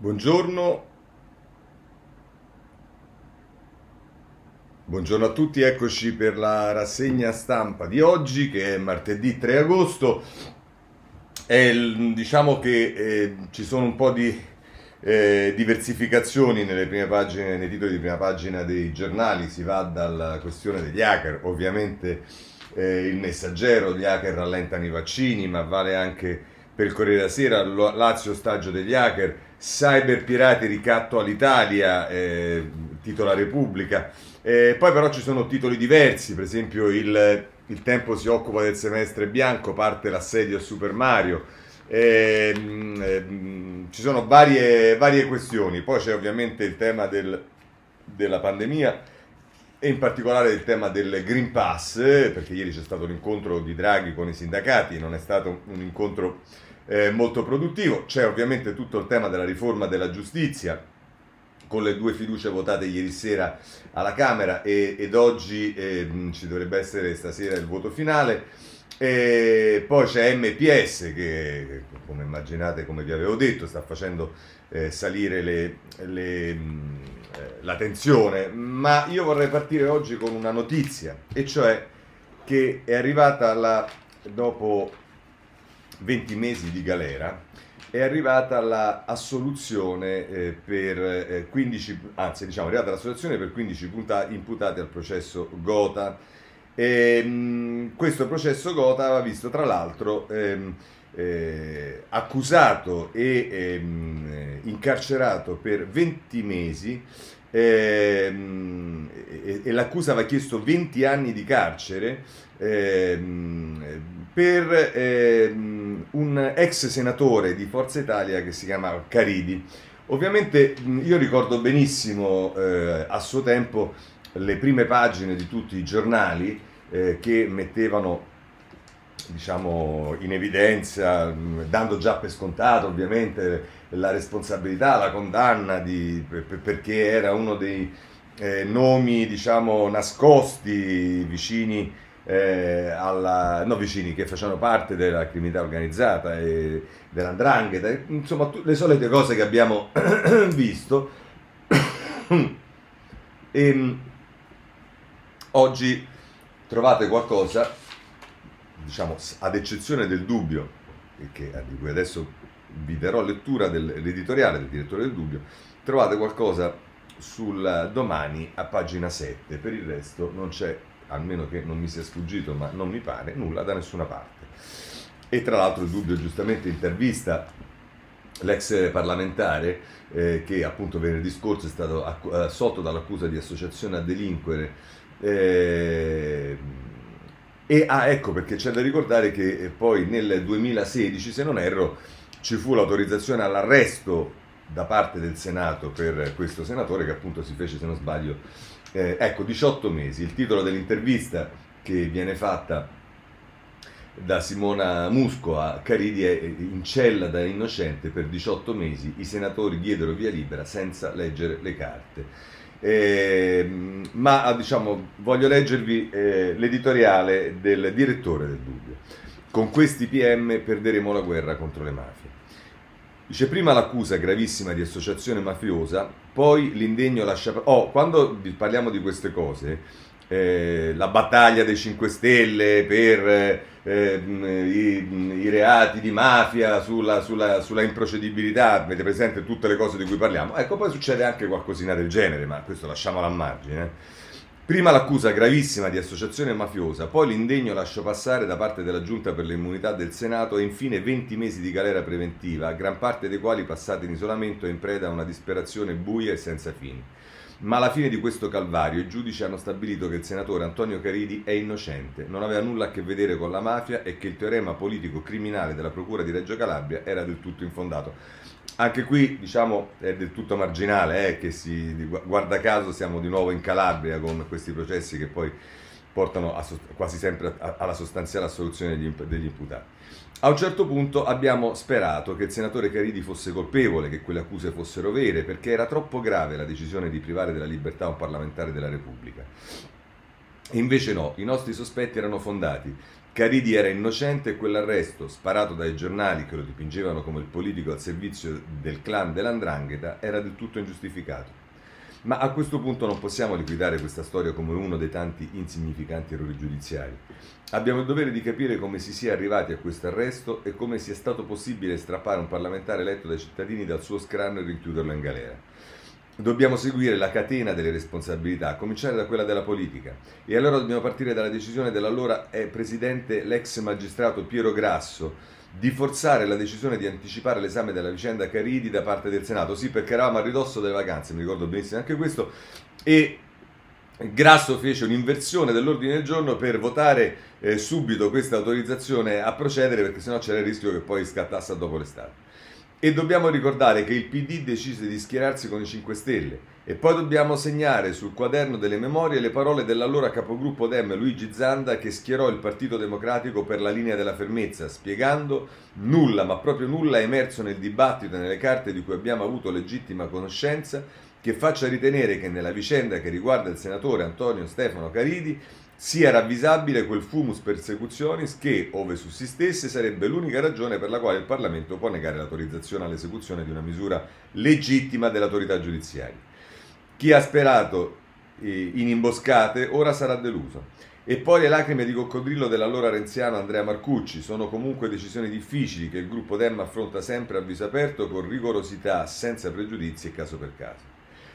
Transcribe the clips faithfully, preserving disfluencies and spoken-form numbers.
Buongiorno, buongiorno a tutti, eccoci per la rassegna stampa di oggi che è martedì tre agosto. E il- diciamo che eh, ci sono un po' di eh, diversificazioni nelle prime pagine, nei titoli di prima pagina dei giornali. Si va dalla questione degli hacker, ovviamente eh, il Messaggero, gli hacker rallentano i vaccini, ma vale anche per il Corriere della Sera, Lo- Lazio ostaggio degli hacker, cyber pirati ricatto all'Italia, eh, titola Repubblica. Eh, poi però ci sono titoli diversi, per esempio il, il Tempo si occupa del semestre bianco, parte l'assedio a Super Mario. Ehm, ehm, ci sono varie, varie questioni, poi c'è ovviamente il tema del- della pandemia e in particolare il tema del Green Pass, eh, perché ieri c'è stato l'incontro di Draghi con i sindacati, non è stato un incontro eh, molto produttivo. C'è ovviamente tutto il tema della riforma della giustizia, con le due fiducie votate ieri sera alla Camera e, ed oggi eh, ci dovrebbe essere stasera il voto finale. E poi c'è M P S che, come immaginate, come vi avevo detto, sta facendo eh, salire le, le, mh, eh, la tensione, ma io vorrei partire oggi con una notizia, e cioè che è arrivata la, dopo venti mesi di galera, è arrivata l'assoluzione eh, per eh, quindici, anzi diciamo è arrivata l'assoluzione per quindici punta- imputati al processo Gotha. E, mh, questo processo Gotha aveva visto tra l'altro ehm, eh, accusato e ehm, eh, incarcerato per venti mesi, ehm, e, e l'accusa aveva chiesto venti anni di carcere ehm, per ehm, un ex senatore di Forza Italia che si chiama Caridi. Ovviamente mh, io ricordo benissimo eh, a suo tempo le prime pagine di tutti i giornali eh, che mettevano, diciamo, in evidenza, mh, dando già per scontato ovviamente la responsabilità, la condanna di, per- perché era uno dei eh, nomi, diciamo, nascosti vicini eh, alla, no, vicini che facevano parte della criminalità organizzata e dell'andrangheta, insomma tu- le solite cose che abbiamo visto. E mh, oggi trovate qualcosa, diciamo, ad eccezione del Dubbio, che, di cui adesso vi darò lettura dell'editoriale del direttore del Dubbio, trovate qualcosa sul Domani a pagina sette. Per il resto non c'è, almeno che non mi sia sfuggito, ma non mi pare, nulla da nessuna parte. E tra l'altro il Dubbio giustamente intervista l'ex parlamentare eh, che appunto venerdì scorso è stato accu- assolto dall'accusa di associazione a delinquere. eh, e ah, ecco perché c'è da ricordare che eh, poi nel duemilasedici, se non erro, ci fu l'autorizzazione all'arresto da parte del Senato per questo senatore che appunto si fece, se non sbaglio, eh, ecco, diciotto mesi. Il titolo dell'intervista che viene fatta da Simona Musco a Caridi è in cella da innocente per diciotto mesi, i senatori diedero via libera senza leggere le carte. Eh, ma diciamo voglio leggervi eh, l'editoriale del direttore del Dubbio. Con questi P M perderemo la guerra contro le mafie. Dice prima l'accusa gravissima di associazione mafiosa, poi l'indegno lascia... Oh, quando parliamo di queste cose, eh, la battaglia dei cinque Stelle per eh, i, i reati di mafia, sulla, sulla, sulla improcedibilità, avete presente tutte le cose di cui parliamo? Ecco, poi succede anche qualcosina del genere, ma questo lasciamolo a margine. eh. Prima l'accusa gravissima di associazione mafiosa, poi l'indegno lascio passare da parte della Giunta per le immunità del Senato e infine venti mesi di galera preventiva, gran parte dei quali passati in isolamento e in preda a una disperazione buia e senza fine. Ma alla fine di questo calvario i giudici hanno stabilito che il senatore Antonio Caridi è innocente, non aveva nulla a che vedere con la mafia e che il teorema politico-criminale della Procura di Reggio Calabria era del tutto infondato. Anche qui, diciamo, è del tutto marginale, eh, che si, guarda caso siamo di nuovo in Calabria con questi processi che poi portano a, quasi sempre a, alla sostanziale assoluzione degli, degli imputati. A un certo punto abbiamo sperato che il senatore Caridi fosse colpevole, che quelle accuse fossero vere, perché era troppo grave la decisione di privare della libertà un parlamentare della Repubblica. E invece no, i nostri sospetti erano fondati. Caridi era innocente e quell'arresto, sparato dai giornali che lo dipingevano come il politico al servizio del clan dell'Andrangheta, era del tutto ingiustificato. Ma a questo punto non possiamo liquidare questa storia come uno dei tanti insignificanti errori giudiziari. Abbiamo il dovere di capire come si sia arrivati a questo arresto e come sia stato possibile strappare un parlamentare eletto dai cittadini dal suo scranno e rinchiuderlo in galera. Dobbiamo seguire la catena delle responsabilità, a cominciare da quella della politica. E allora dobbiamo partire dalla decisione dell'allora presidente, l'ex magistrato Piero Grasso, di forzare la decisione di anticipare l'esame della vicenda Caridi da parte del Senato. Sì, perché eravamo a ridosso delle vacanze, mi ricordo benissimo anche questo, e Grasso fece un'inversione dell'ordine del giorno per votare eh, subito questa autorizzazione a procedere, perché sennò c'era il rischio che poi scattasse dopo l'estate. E dobbiamo ricordare che il P D decise di schierarsi con i cinque Stelle. E poi dobbiamo segnare sul quaderno delle memorie le parole dell'allora capogruppo Dem Luigi Zanda, che schierò il Partito Democratico per la linea della fermezza, spiegando: nulla, ma proprio nulla è emerso nel dibattito e nelle carte di cui abbiamo avuto legittima conoscenza che faccia ritenere che nella vicenda che riguarda il senatore Antonio Stefano Caridi sia ravvisabile quel fumus persecutionis che, ove sussistesse, sarebbe l'unica ragione per la quale il Parlamento può negare l'autorizzazione all'esecuzione di una misura legittima dell'autorità giudiziaria. Chi ha sperato eh, in imboscate ora sarà deluso. E poi le lacrime di coccodrillo dell'allora renziano Andrea Marcucci. Sono comunque decisioni difficili che il gruppo Dem affronta sempre a viso aperto, con rigorosità, senza pregiudizi e caso per caso.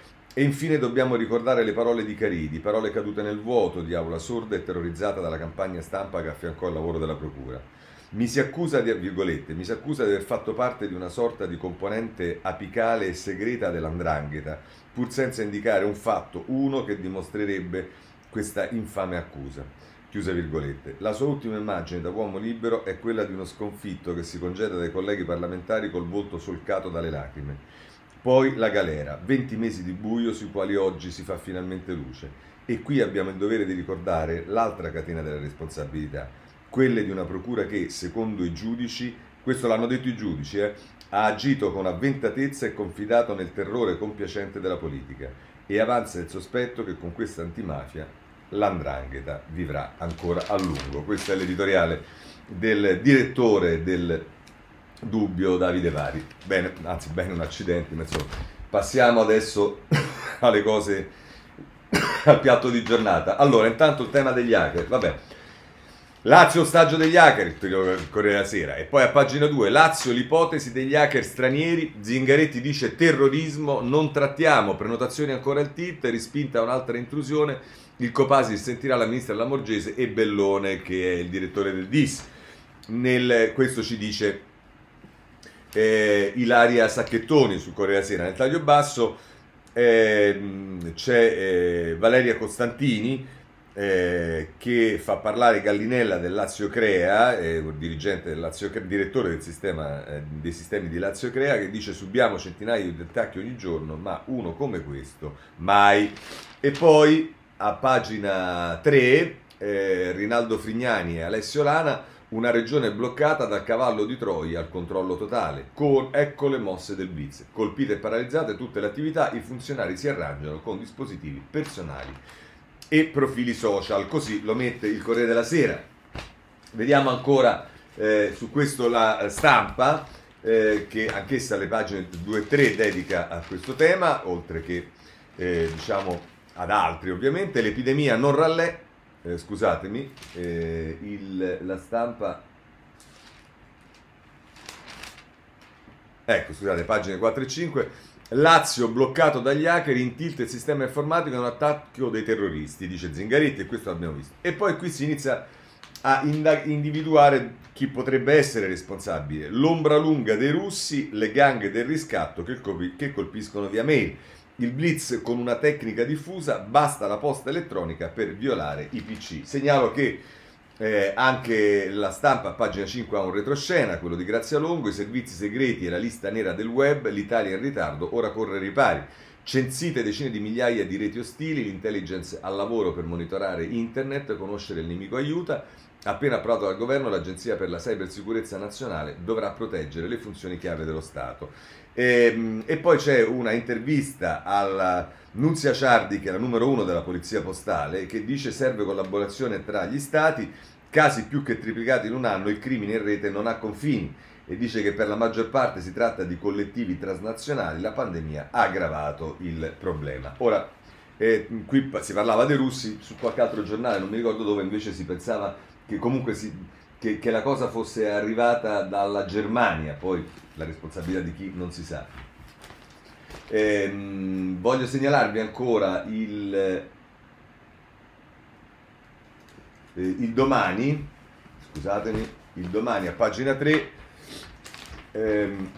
E infine dobbiamo ricordare le parole di Caridi, parole cadute nel vuoto di aula sorda e terrorizzata dalla campagna stampa che affiancò il lavoro della procura. Mi si accusa di, virgolette, mi si accusa di aver fatto parte di una sorta di componente apicale e segreta dell'Andrangheta, pur senza indicare un fatto, uno, che dimostrerebbe questa infame accusa. Chiuse virgolette. La sua ultima immagine da uomo libero è quella di uno sconfitto che si congeda dai colleghi parlamentari col volto solcato dalle lacrime. Poi la galera, venti mesi di buio sui quali oggi si fa finalmente luce. E qui abbiamo il dovere di ricordare l'altra catena della responsabilità, quelle di una procura che, secondo i giudici, questo l'hanno detto i giudici, eh, ha agito con avventatezza e confidato nel terrore compiacente della politica, e avanza il sospetto che con questa antimafia l'Andrangheta vivrà ancora a lungo. Questo è l'editoriale del direttore del Dubbio, Davide Vari. Bene, anzi bene un accidente, ma insomma, passiamo adesso alle cose, al piatto di giornata. Allora, intanto il tema degli hacker, vabbè. Lazio ostaggio degli hacker, il Corriere della Sera. E poi a pagina due, Lazio l'ipotesi degli hacker stranieri, Zingaretti dice terrorismo, non trattiamo, prenotazioni ancora al T I T, respinta un'altra intrusione, il Copasir sentirà la ministra Lamorgese e Bellone, che è il direttore del D I S. Nel, questo ci dice eh, Ilaria Sacchettoni sul Corriere della Sera. Nel taglio basso eh, c'è eh, Valeria Costantini, Eh, che fa parlare Gallinella del Lazio Crea, eh, dirigente del Lazio, direttore del sistema, eh, dei sistemi di Lazio Crea, che dice: subiamo centinaia di attacchi ogni giorno, ma uno come questo mai. E poi a pagina tre eh, Rinaldo Frignani e Alessio Lana, una regione bloccata dal cavallo di Troia al controllo totale, con ecco le mosse del blitz, colpite e paralizzate tutte le attività, i funzionari si arrangiano con dispositivi personali e profili social. Così lo mette il Corriere della Sera. Vediamo ancora eh, su questo la Stampa, eh, che anch'essa alle pagine due e tre dedica a questo tema, oltre che eh, diciamo ad altri ovviamente. L'epidemia non rallè, eh, scusatemi, eh, il, la Stampa, ecco scusate, pagine quattro e cinque. Lazio bloccato dagli hacker, in tilt il sistema informatico in un attacco dei terroristi, dice Zingaretti, e questo l'abbiamo visto. E poi qui si inizia a individuare chi potrebbe essere responsabile. L'ombra lunga dei russi, le gang del riscatto che, che colpiscono via mail. Il blitz con una tecnica diffusa, basta la posta elettronica per violare i P C. Segnalo che Eh, anche la Stampa a pagina cinque ha un retroscena, quello di Grazia Longo, i servizi segreti e la lista nera del web, l'Italia in ritardo, ora corre ai ripari. Censite decine di migliaia di reti ostili, l'intelligence al lavoro per monitorare internet, conoscere il nemico aiuta. Appena approvato dal governo, l'Agenzia per la Cybersicurezza Nazionale dovrà proteggere le funzioni chiave dello Stato. E, e poi c'è una intervista alla Nunzia Ciardi, che è la numero uno della Polizia Postale, che dice: serve collaborazione tra gli stati, casi più che triplicati in un anno, il crimine in rete non ha confini e dice che per la maggior parte si tratta di collettivi transnazionali, la pandemia ha aggravato il problema. Ora, eh, qui si parlava dei russi, su qualche altro giornale, non mi ricordo dove, invece si pensava che comunque si, che, che la cosa fosse arrivata dalla Germania, poi la responsabilità di chi non si sa. Ehm, voglio segnalarvi ancora il, eh, il Domani, scusatemi, il Domani a pagina tre, ehm,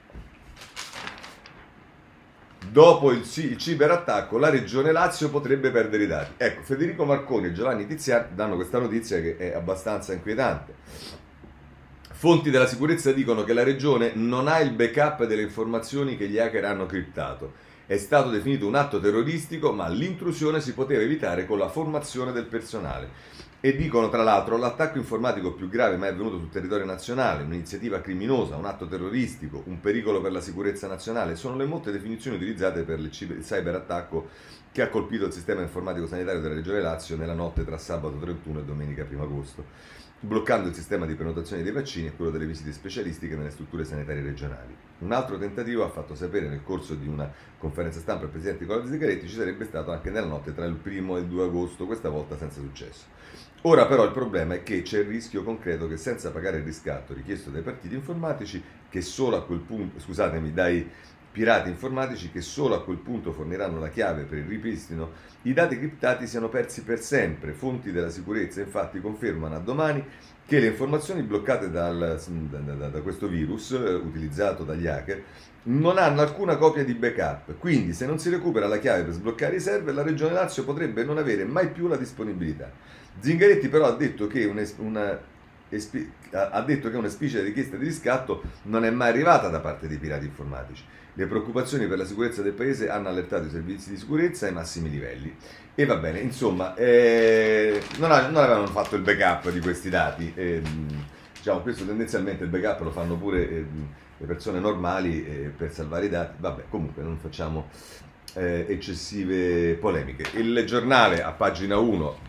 dopo il, il ciberattacco la regione Lazio potrebbe perdere i dati. Ecco, Federico Marconi e Giovanni Tiziani danno questa notizia che è abbastanza inquietante. Fonti della sicurezza dicono che la regione non ha il backup delle informazioni che gli hacker hanno criptato. È stato definito un atto terroristico, ma l'intrusione si poteva evitare con la formazione del personale. E dicono, tra l'altro, l'attacco informatico più grave mai avvenuto sul territorio nazionale, un'iniziativa criminosa, un atto terroristico, un pericolo per la sicurezza nazionale, sono le molte definizioni utilizzate per il cyberattacco che ha colpito il sistema informatico sanitario della Regione Lazio nella notte tra sabato trentuno e domenica primo agosto, bloccando il sistema di prenotazione dei vaccini e quello delle visite specialistiche nelle strutture sanitarie regionali. Un altro tentativo, ha fatto sapere nel corso di una conferenza stampa il presidente Nicola Zingaretti, ci sarebbe stato anche nella notte tra il primo e il due agosto, questa volta senza successo. Ora però il problema è che c'è il rischio concreto che senza pagare il riscatto richiesto dai partiti informatici, che solo a quel punto, scusatemi, dai pirati informatici che solo a quel punto forniranno la chiave per il ripristino, i dati criptati siano persi per sempre. Fonti della sicurezza infatti confermano a Domani che le informazioni bloccate dal, da, da, da questo virus eh, utilizzato dagli hacker non hanno alcuna copia di backup, quindi se non si recupera la chiave per sbloccare i server, la Regione Lazio potrebbe non avere mai più la disponibilità. Zingaretti però ha detto che una, una ha detto che una esplicita richiesta di riscatto non è mai arrivata da parte dei pirati informatici. Le preoccupazioni per la sicurezza del paese hanno allertato i servizi di sicurezza ai massimi livelli. E va bene, insomma, eh, non, ha, non avevano fatto il backup di questi dati. Eh, diciamo, questo tendenzialmente il backup lo fanno pure eh, le persone normali eh, per salvare i dati. Vabbè, comunque non facciamo eh, eccessive polemiche. Il giornale a pagina uno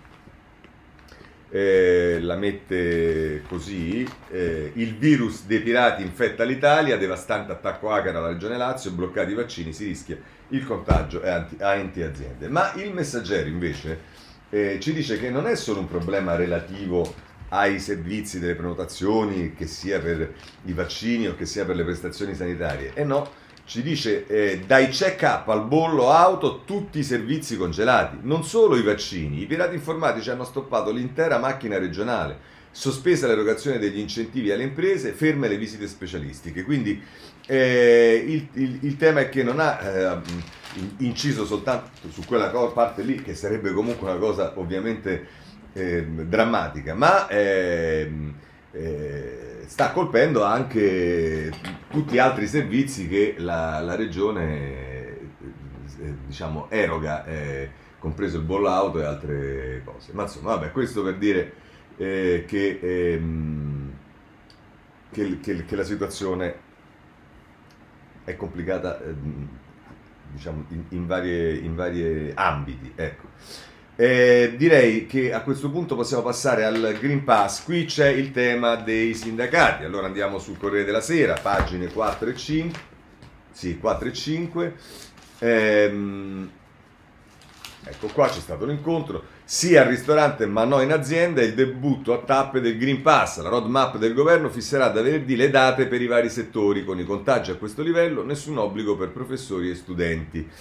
Eh, la mette così: eh, il virus dei pirati infetta l'Italia, devastante attacco hacker alla regione Lazio, bloccati i vaccini, si rischia il contagio a enti e aziende. Ma il Messaggero invece eh, ci dice che non è solo un problema relativo ai servizi delle prenotazioni, che sia per i vaccini o che sia per le prestazioni sanitarie, e no, ci dice eh, dai check-up al bollo auto tutti i servizi congelati, non solo i vaccini. I pirati informatici hanno stoppato l'intera macchina regionale, sospesa l'erogazione degli incentivi alle imprese, ferme le visite specialistiche. Quindi eh, il, il, il tema è che non ha eh, inciso soltanto su quella parte lì, che sarebbe comunque una cosa ovviamente eh, drammatica, ma eh, eh, sta colpendo anche tutti gli altri servizi che la, la regione eh, diciamo eroga, eh, compreso il bollo auto e altre cose. Ma insomma, vabbè, questo per dire eh, che, ehm, che, che, che la situazione è complicata eh, diciamo in, in, varie, in vari ambiti, ecco. Eh, direi che a questo punto possiamo passare al Green Pass. Qui c'è il tema dei sindacati. Allora andiamo sul Corriere della Sera, pagine quattro e cinque. Sì, quattro e cinque. Ehm, ecco qua c'è stato l'incontro. Sì al ristorante ma no in azienda, il debutto a tappe del Green Pass. La roadmap del governo fisserà da venerdì le date per i vari settori. Con i contagi a questo livello, nessun obbligo per professori e studenti.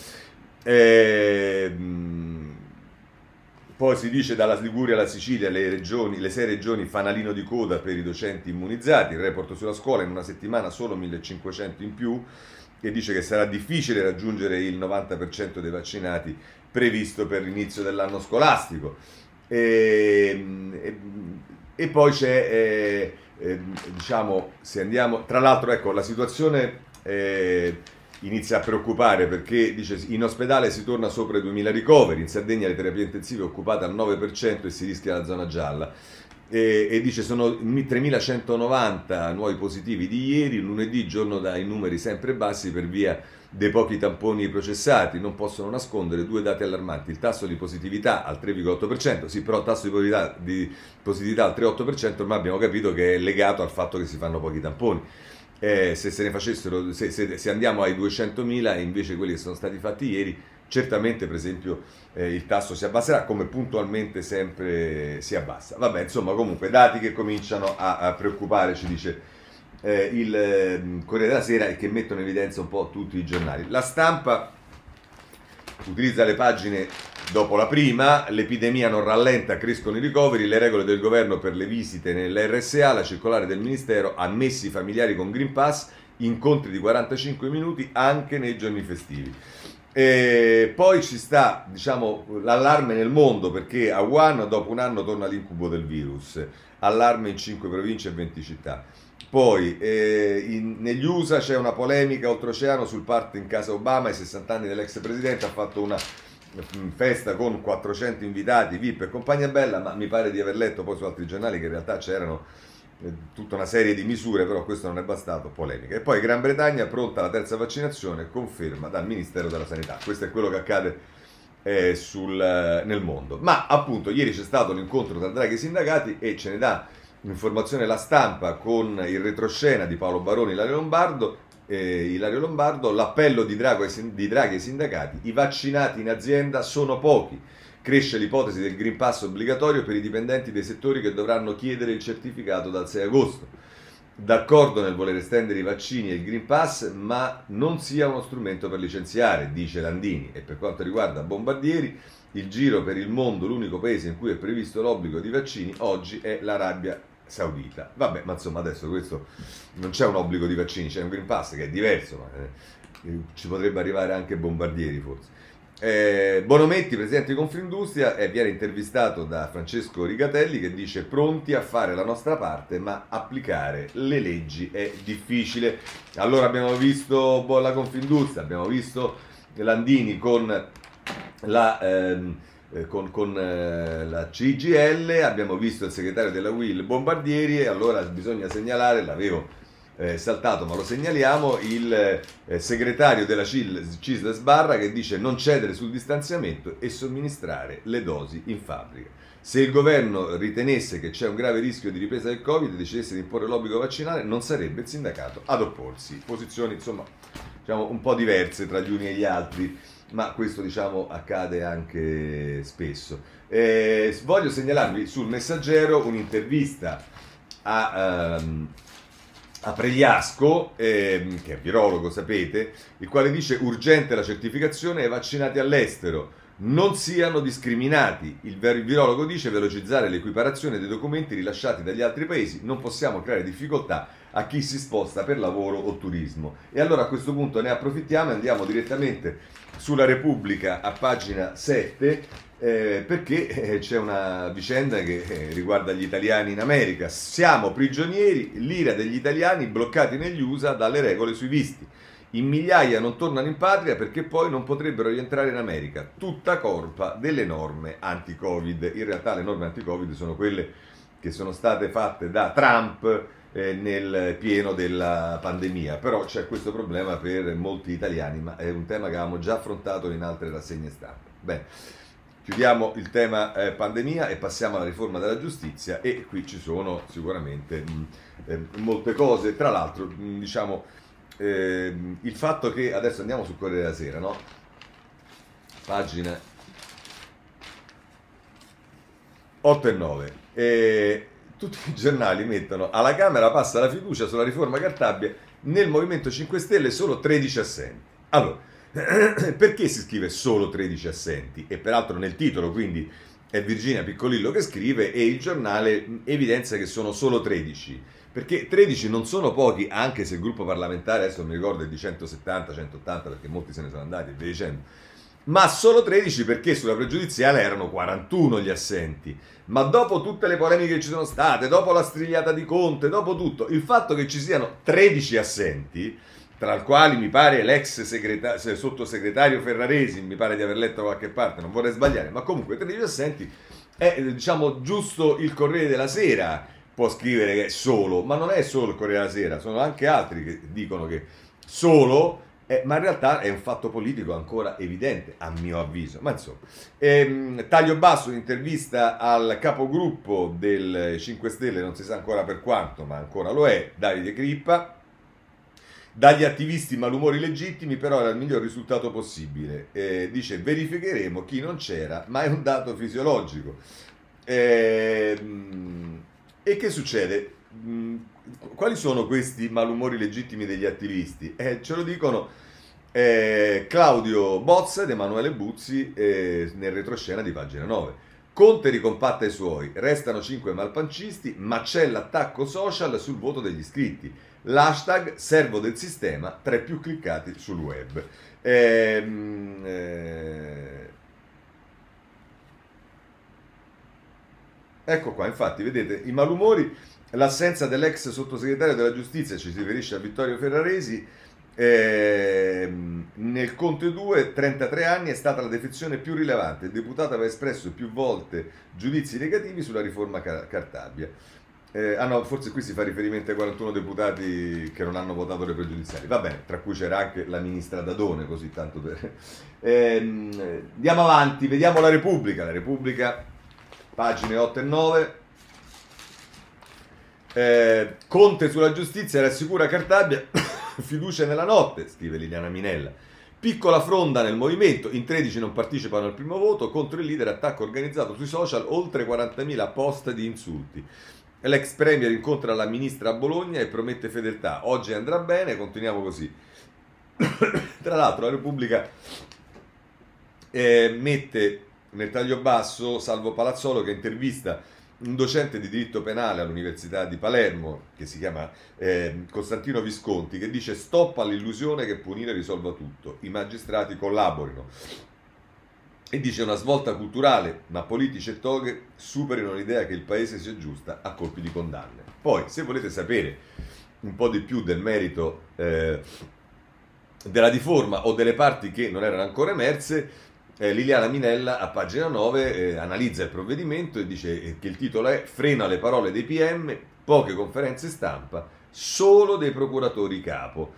Ehm... Poi si dice dalla Liguria alla Sicilia le regioni, le sei regioni fanalino di coda per i docenti immunizzati. Il report sulla scuola: in una settimana solo millecinquecento in più, e dice che sarà difficile raggiungere il novanta per cento dei vaccinati previsto per l'inizio dell'anno scolastico. E, e, e poi c'è, eh, eh, diciamo, se andiamo, tra l'altro ecco la situazione eh, inizia a preoccupare, perché dice in ospedale si torna sopra i duemila ricoveri, in Sardegna le terapie intensive occupate al nove per cento e si rischia la zona gialla. e, e dice sono tremilacentonovanta nuovi positivi di ieri, lunedì giorno dai numeri sempre bassi per via dei pochi tamponi processati, non possono nascondere due dati allarmanti, il tasso di positività al tre virgola otto per cento, sì, però il tasso di positività, di positività al tre virgola otto per cento ormai abbiamo capito che è legato al fatto che si fanno pochi tamponi. Eh, se se ne facessero, se, se, se andiamo ai duecentomila e invece quelli che sono stati fatti ieri, certamente per esempio eh, il tasso si abbasserà, come puntualmente sempre si abbassa. Vabbè, insomma, comunque dati che cominciano a, a preoccupare, ci dice Eh, il eh, Corriere della Sera, e che mettono in evidenza un po' tutti i giornali. La Stampa utilizza le pagine dopo la prima: l'epidemia non rallenta, crescono i ricoveri, le regole del governo per le visite nell'R S A, la circolare del ministero, ammessi i familiari con Green Pass, incontri di quarantacinque minuti anche nei giorni festivi. E poi ci sta, diciamo, l'allarme nel mondo, perché a Wuhan dopo un anno torna l'incubo del virus, allarme in cinque province e venti città. Poi eh, in, negli U S A c'è una polemica oltreoceano sul party in casa Obama, ai sessanta anni dell'ex presidente, ha fatto una mh, festa con quattrocento invitati, V I P e compagnia bella, ma mi pare di aver letto poi su altri giornali che in realtà c'erano eh, tutta una serie di misure, però questo non è bastato, polemica. E poi Gran Bretagna pronta la terza vaccinazione, conferma dal Ministero della Sanità. Questo è quello che accade eh, sul, nel mondo. Ma appunto ieri c'è stato l'incontro tra Draghi e sindacati e ce ne dà informazione La Stampa con il retroscena di Paolo Baroni e Ilario Lombardo, eh, Ilario Lombardo, l'appello di Draghi, di Draghi ai sindacati: i vaccinati in azienda sono pochi, cresce l'ipotesi del Green Pass obbligatorio per i dipendenti dei settori che dovranno chiedere il certificato dal sei agosto, d'accordo nel voler estendere i vaccini e il Green Pass, ma non sia uno strumento per licenziare, dice Landini. E per quanto riguarda Bombardieri, il giro per il mondo, l'unico paese in cui è previsto l'obbligo di vaccini oggi è l'Arabia Saudita. Vabbè, ma insomma adesso questo non c'è un obbligo di vaccini, c'è un Green Pass che è diverso, ma eh, ci potrebbe arrivare anche Bombardieri forse. Eh, Bonometti, presidente di Confindustria, eh, viene intervistato da Francesco Rigatelli, che dice: pronti a fare la nostra parte, ma applicare le leggi è difficile. Allora abbiamo visto boh, la Confindustria, abbiamo visto Landini con la, ehm, eh, con, con eh, la C G I L, abbiamo visto il segretario della U I L Bombardieri, e allora bisogna segnalare, l'avevo eh, saltato ma lo segnaliamo, il eh, segretario della C I S L Sbarra, che dice non cedere sul distanziamento e somministrare le dosi in fabbrica. Se il governo ritenesse che c'è un grave rischio di ripresa del Covid e decidesse di imporre l'obbligo vaccinale, non sarebbe il sindacato ad opporsi. Posizioni insomma diciamo un po' diverse tra gli uni e gli altri, ma questo diciamo accade anche spesso. Eh, voglio segnalarvi sul Messaggero un'intervista a, um, a Pregliasco, ehm, che è virologo, sapete, il quale dice: urgente la certificazione ai vaccinati all'estero, non siano discriminati. Il virologo dice: velocizzare l'equiparazione dei documenti rilasciati dagli altri paesi, non possiamo creare difficoltà a chi si sposta per lavoro o turismo. E allora a questo punto ne approfittiamo e andiamo direttamente sulla Repubblica a pagina sette, eh, perché eh, c'è una vicenda che eh, riguarda gli italiani in America. Siamo prigionieri, l'ira degli italiani bloccati negli U S A dalle regole sui visti. In migliaia non tornano in patria perché poi non potrebbero rientrare in America. Tutta colpa delle norme anti-Covid. In realtà le norme anti-Covid sono quelle che sono state fatte da Trump eh, nel pieno della pandemia. Però c'è questo problema per molti italiani, ma è un tema che avevamo già affrontato in altre rassegne stampa. Bene, chiudiamo il tema eh, pandemia e passiamo alla riforma della giustizia, e qui ci sono sicuramente mh, eh, molte cose. Tra l'altro, mh, diciamo... Eh, il fatto che adesso andiamo sul Corriere della Sera, no? Pagina otto e nove, e tutti i giornali mettono: alla Camera passa la fiducia sulla riforma Cartabia, nel Movimento cinque Stelle solo tredici assenti. Allora, perché si scrive solo tredici assenti? E peraltro nel titolo, quindi è Virginia Piccolillo che scrive, e il giornale evidenzia che sono solo tredici. Perché tredici non sono pochi, anche se il gruppo parlamentare, adesso non mi ricordo, è di centosettanta centottanta, perché molti se ne sono andati e via dicendo, ma solo tredici perché sulla pregiudiziale erano quarantuno gli assenti. Ma dopo tutte le polemiche che ci sono state, dopo la strigliata di Conte, dopo tutto, il fatto che ci siano tredici assenti, tra i quali mi pare l'ex segreta- sottosegretario Ferraresi, mi pare di aver letto da qualche parte, non vorrei sbagliare, ma comunque tredici assenti, è, diciamo, giusto il Corriere della Sera può scrivere che è solo, ma non è solo il Corriere della Sera, sono anche altri che dicono che solo, eh, ma in realtà è un fatto politico ancora evidente, a mio avviso. Ma insomma, ehm, taglio basso, un'intervista al capogruppo del cinque Stelle, non si sa ancora per quanto, ma ancora lo è, Davide Crippa. Dagli attivisti malumori legittimi, però era il miglior risultato possibile. Eh, dice verificheremo chi non c'era, ma è un dato fisiologico. Ehm, e che succede? Mm, Quali sono questi malumori legittimi degli attivisti? Eh, ce lo dicono eh, Claudio Bozza ed Emanuele Buzzi eh, nel retroscena di pagina nove. Conte ricompatta i suoi, restano cinque malpancisti, ma c'è l'attacco social sul voto degli iscritti. L'hashtag servo del sistema tra i più cliccati sul web. Ehm, eh, ecco qua, infatti, vedete, i malumori, l'assenza dell'ex sottosegretario della giustizia, ci si riferisce a Vittorio Ferraresi, ehm, nel Conte due, trentatré anni, è stata la defezione più rilevante. Il deputato aveva espresso più volte giudizi negativi sulla riforma Car- Cartabia. Eh, ah no, forse qui si fa riferimento ai quarantuno deputati che non hanno votato le pregiudiziali. Va bene, tra cui c'era anche la ministra Dadone, così tanto per... Ehm, andiamo avanti, vediamo la Repubblica. La Repubblica, pagine otto e nove. Eh, Conte sulla giustizia rassicura Cartabia, fiducia nella notte, scrive Liliana Minella. Piccola fronda nel movimento, in tredici non partecipano al primo voto, contro il leader attacco organizzato sui social, oltre quarantamila post di insulti. L'ex premier incontra la ministra a Bologna e promette fedeltà. Oggi andrà bene, continuiamo così. Tra l'altro la Repubblica eh, mette nel taglio basso Salvo Palazzolo che intervista un docente di diritto penale all'Università di Palermo, che si chiama eh, Costantino Visconti, che dice stop all'illusione che punire risolva tutto, i magistrati collaborino. E dice una svolta culturale, ma politici e toghe superino l'idea che il paese sia giusta a colpi di condanne. Poi, se volete sapere un po' di più del merito eh, della riforma o delle parti che non erano ancora emerse, eh, Liliana Minella a pagina nove eh, analizza il provvedimento e dice che il titolo è freno alle parole dei P M, poche conferenze stampa, solo dei procuratori capo.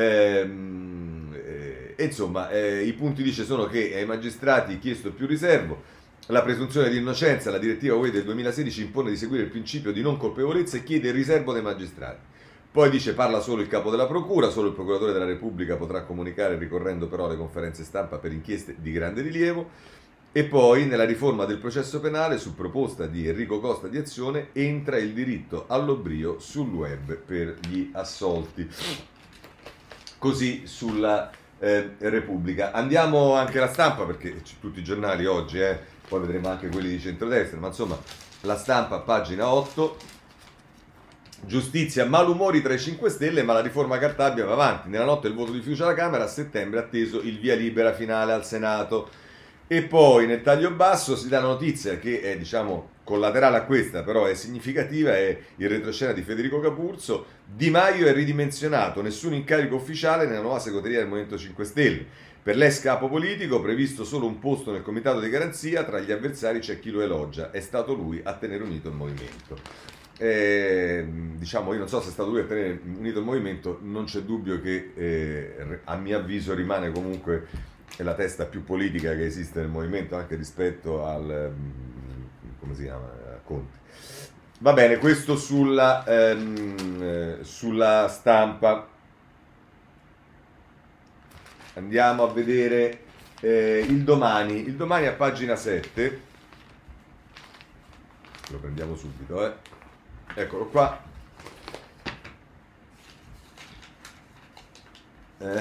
Ehm, eh, insomma, eh, i punti dice sono che ai magistrati chiesto più riservo, la presunzione di innocenza, la direttiva U E del duemilasedici impone di seguire il principio di non colpevolezza e chiede il riservo dei magistrati. Poi dice parla solo il capo della procura, solo il procuratore della Repubblica potrà comunicare ricorrendo però alle conferenze stampa per inchieste di grande rilievo. E poi nella riforma del processo penale, su proposta di Enrico Costa di Azione, entra il diritto all'oblio sul web per gli assolti. Così sulla eh, Repubblica. Andiamo anche alla Stampa, perché c- tutti i giornali oggi, eh, poi vedremo anche quelli di centrodestra, ma insomma, la Stampa, pagina otto. Giustizia, malumori tra i cinque Stelle, ma la riforma Cartabia va avanti. Nella notte il voto di fiducia alla Camera, a settembre atteso il via libera finale al Senato. E poi nel taglio basso si dà la notizia che è, diciamo, collaterale a questa, però è significativa, è il retroscena di Federico Capurzo. Di Maio è ridimensionato, nessun incarico ufficiale nella nuova segreteria del Movimento cinque Stelle. Per l'ex capo politico previsto solo un posto nel comitato di garanzia, tra gli avversari c'è chi lo elogia, è stato lui a tenere unito il movimento. Eh, diciamo, io non so se è stato lui a tenere unito il movimento, non c'è dubbio che eh, a mio avviso rimane comunque la testa più politica che esiste nel movimento, anche rispetto al come si chiama, a Conte. Va bene, questo sulla, ehm, eh, sulla Stampa. Andiamo a vedere eh, il Domani. Il Domani a pagina sette. Lo prendiamo subito, eh. Eccolo qua. Eh.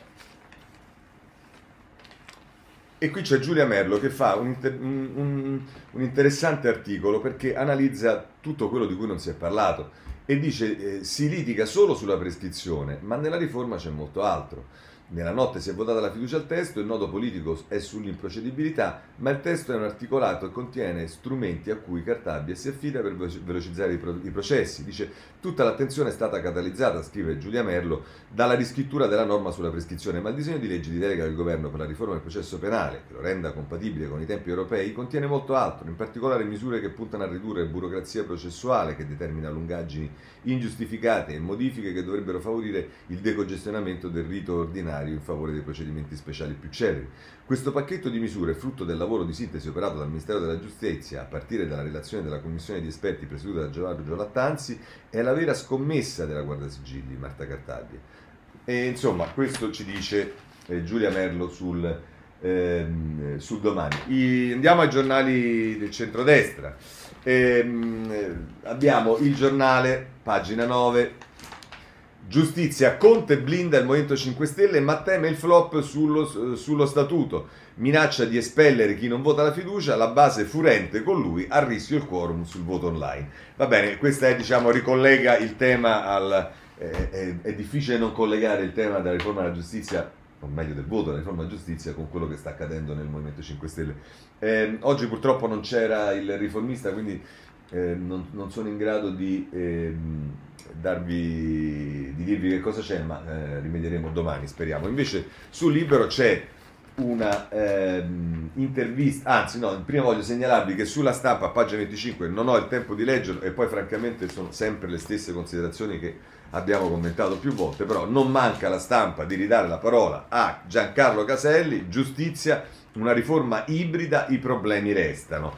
E qui c'è Giulia Merlo che fa un, inter- un, un, un interessante articolo perché analizza tutto quello di cui non si è parlato e dice eh, si litiga solo sulla prescrizione, ma nella riforma c'è molto altro. Nella notte si è votata la fiducia al testo, il nodo politico è sull'improcedibilità, ma il testo è un articolato e contiene strumenti a cui Cartabia si affida per velocizzare i, pro- i processi. Dice, tutta l'attenzione è stata catalizzata, scrive Giulia Merlo, dalla riscrittura della norma sulla prescrizione, ma il disegno di legge di delega del governo per la riforma del processo penale, che lo renda compatibile con i tempi europei, contiene molto altro, in particolare misure che puntano a ridurre burocrazia processuale che determina lungaggini ingiustificate e modifiche che dovrebbero favorire il decongestionamento del rito ordinario in favore dei procedimenti speciali più celeri. Questo pacchetto di misure, frutto del lavoro di sintesi operato dal Ministero della Giustizia a partire dalla relazione della commissione di esperti presieduta da Giovanni Lattanzi, è la vera scommessa della Guardasigilli, Marta Cartabia. E insomma, questo ci dice eh, Giulia Merlo sul, ehm, sul Domani. I, andiamo ai giornali del centrodestra. Ehm, abbiamo Il Giornale, pagina nove. Giustizia, Conte blinda il Movimento cinque Stelle ma teme il flop sullo, sullo statuto, minaccia di espellere chi non vota la fiducia, la base furente con lui, a rischio il quorum sul voto online. Va bene, questa è, diciamo, ricollega il tema al... Eh, è, è difficile non collegare il tema della riforma della giustizia, o meglio del voto della riforma della giustizia, con quello che sta accadendo nel Movimento cinque Stelle. Eh, oggi purtroppo non c'era il riformista, quindi eh, non, non sono in grado di... Eh, darvi di dirvi che cosa c'è, ma eh, rimedieremo domani, speriamo. Invece sul Libero c'è una ehm, intervista, anzi no, prima voglio segnalarvi che sulla Stampa, a pagina venticinque, non ho il tempo di leggerlo e poi francamente sono sempre le stesse considerazioni che abbiamo commentato più volte, però non manca la Stampa di ridare la parola a Giancarlo Caselli, giustizia, una riforma ibrida, i problemi restano.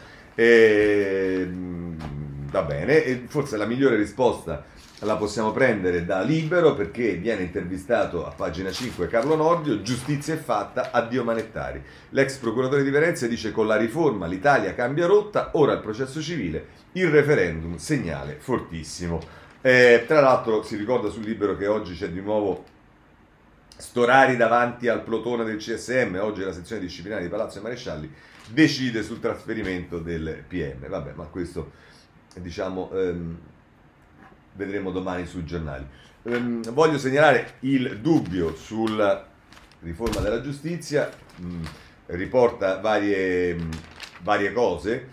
E, va bene, e forse la migliore risposta la possiamo prendere da Libero, perché viene intervistato a pagina cinque Carlo Nordio, giustizia è fatta, addio Manettari. L'ex procuratore di Venezia dice con la riforma l'Italia cambia rotta, ora il processo civile, il referendum, segnale fortissimo. Eh, tra l'altro si ricorda sul Libero che oggi c'è di nuovo Storari davanti al plotone del C S M, oggi la sezione disciplinare di Palazzo dei Marescialli decide sul trasferimento del P M. Vabbè, ma questo diciamo... Ehm, vedremo domani sui giornali. Um, voglio segnalare il dubbio sulla riforma della giustizia, um, riporta varie, um, varie cose.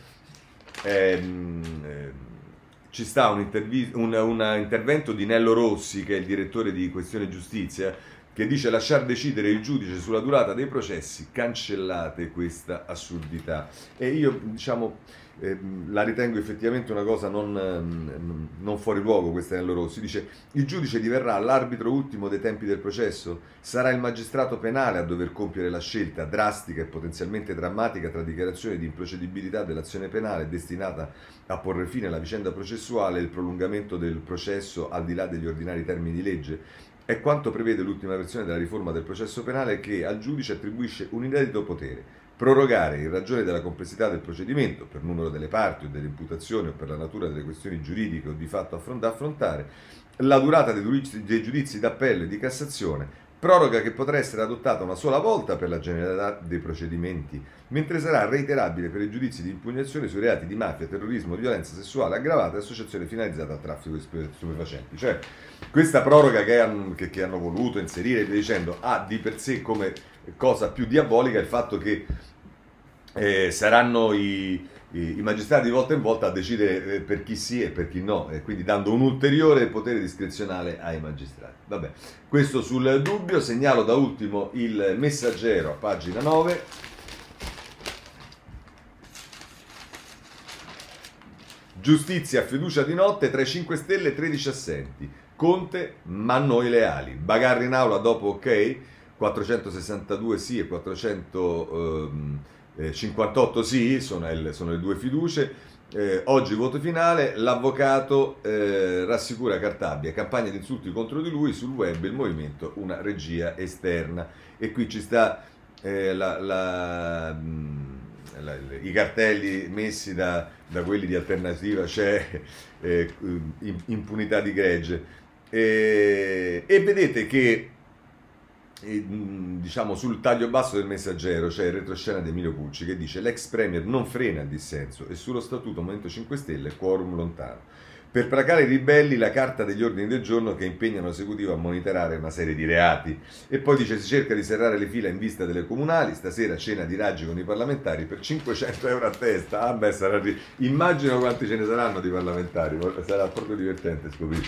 Ehm, eh, ci sta un, un, un intervento di Nello Rossi, che è il direttore di Questione Giustizia, che dice lasciar decidere il giudice sulla durata dei processi, cancellate questa assurdità. E io, diciamo, eh, la ritengo effettivamente una cosa non, eh, non fuori luogo, questa Nello Rossi. Dice, il giudice diverrà l'arbitro ultimo dei tempi del processo? Sarà il magistrato penale a dover compiere la scelta drastica e potenzialmente drammatica tra dichiarazione di improcedibilità dell'azione penale destinata a porre fine alla vicenda processuale e il prolungamento del processo al di là degli ordinari termini di legge. È quanto prevede l'ultima versione della riforma del processo penale, che al giudice attribuisce un inedito potere: prorogare, in ragione della complessità del procedimento, per numero delle parti o delle imputazioni o per la natura delle questioni giuridiche o di fatto da affrontare, la durata dei giudizi, dei giudizi d'appello e di Cassazione, proroga che potrà essere adottata una sola volta per la generalità dei procedimenti, mentre sarà reiterabile per i giudizi di impugnazione sui reati di mafia, terrorismo, violenza sessuale aggravata e associazione finalizzata al traffico di stupefacenti. Cioè, questa proroga che hanno, che, che hanno voluto inserire, via dicendo, ha di per sé come cosa più diabolica il fatto che eh, saranno i, i, i magistrati di volta in volta a decidere eh, per chi sì e per chi no, e quindi dando un ulteriore potere discrezionale ai magistrati. Vabbè, questo sul dubbio. Segnalo da ultimo il Messaggero a pagina nove. Giustizia, fiducia di notte, tra i cinque Stelle e tredici assenti. Conte, ma noi leali. Bagarre in aula dopo ok, quattrocentosessantadue sì e quattrocentocinquantotto sì, sono, il, sono le due fiducie. Eh, oggi voto finale, l'avvocato eh, rassicura Cartabia, campagna di insulti contro di lui, sul web il movimento una regia esterna. E qui ci sta eh, la... la La, i cartelli messi da, da quelli di Alternativa, c'è eh, impunità di gregge, e, e vedete che eh, diciamo sul taglio basso del Messaggero c'è il retroscena di Emilio Pucci che dice l'ex premier non frena il dissenso e sullo statuto Movimento cinque Stelle quorum lontano. Per placare i ribelli, la carta degli ordini del giorno che impegnano l'esecutivo a monitorare una serie di reati. E poi dice: si cerca di serrare le fila in vista delle comunali, stasera cena di raggi con i parlamentari per cinquecento euro a testa. Ah beh, sarà ri- immagino quanti ce ne saranno di parlamentari, sarà proprio divertente scoprire.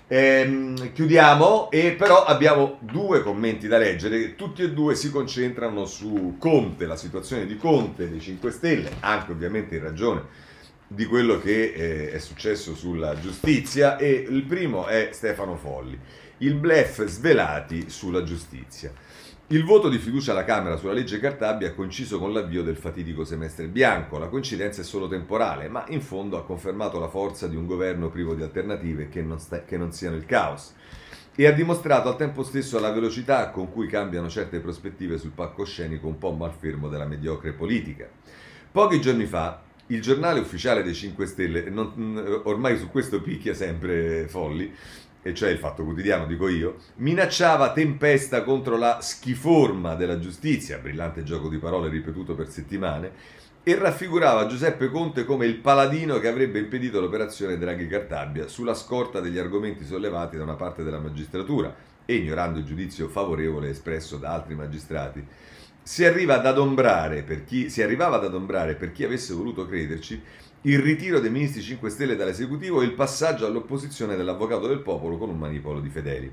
Ehm, chiudiamo, e però abbiamo due commenti da leggere, tutti e due si concentrano su Conte, la situazione di Conte, dei cinque Stelle, anche ovviamente in ragione di quello che eh, è successo sulla giustizia. E il primo è Stefano Folli, il bluff svelati sulla giustizia. Il voto di fiducia alla Camera sulla legge Cartabia ha coinciso con l'avvio del fatidico semestre bianco. La coincidenza è solo temporale, ma in fondo ha confermato la forza di un governo privo di alternative che non, sta- che non siano il caos, e ha dimostrato al tempo stesso la velocità con cui cambiano certe prospettive sul palcoscenico un po' malfermo della mediocre politica. Pochi giorni fa il giornale ufficiale dei cinque Stelle, non, ormai su questo picchia sempre Folli, e cioè il Fatto Quotidiano, dico io, minacciava tempesta contro la schiforma della giustizia, brillante gioco di parole ripetuto per settimane, e raffigurava Giuseppe Conte come il paladino che avrebbe impedito l'operazione Draghi-Cartabia sulla scorta degli argomenti sollevati da una parte della magistratura e ignorando il giudizio favorevole espresso da altri magistrati. Si, arriva ad adombrare per chi, si arrivava ad adombrare, per chi avesse voluto crederci, il ritiro dei ministri cinque Stelle dall'esecutivo e il passaggio all'opposizione dell'avvocato del popolo con un manipolo di fedeli.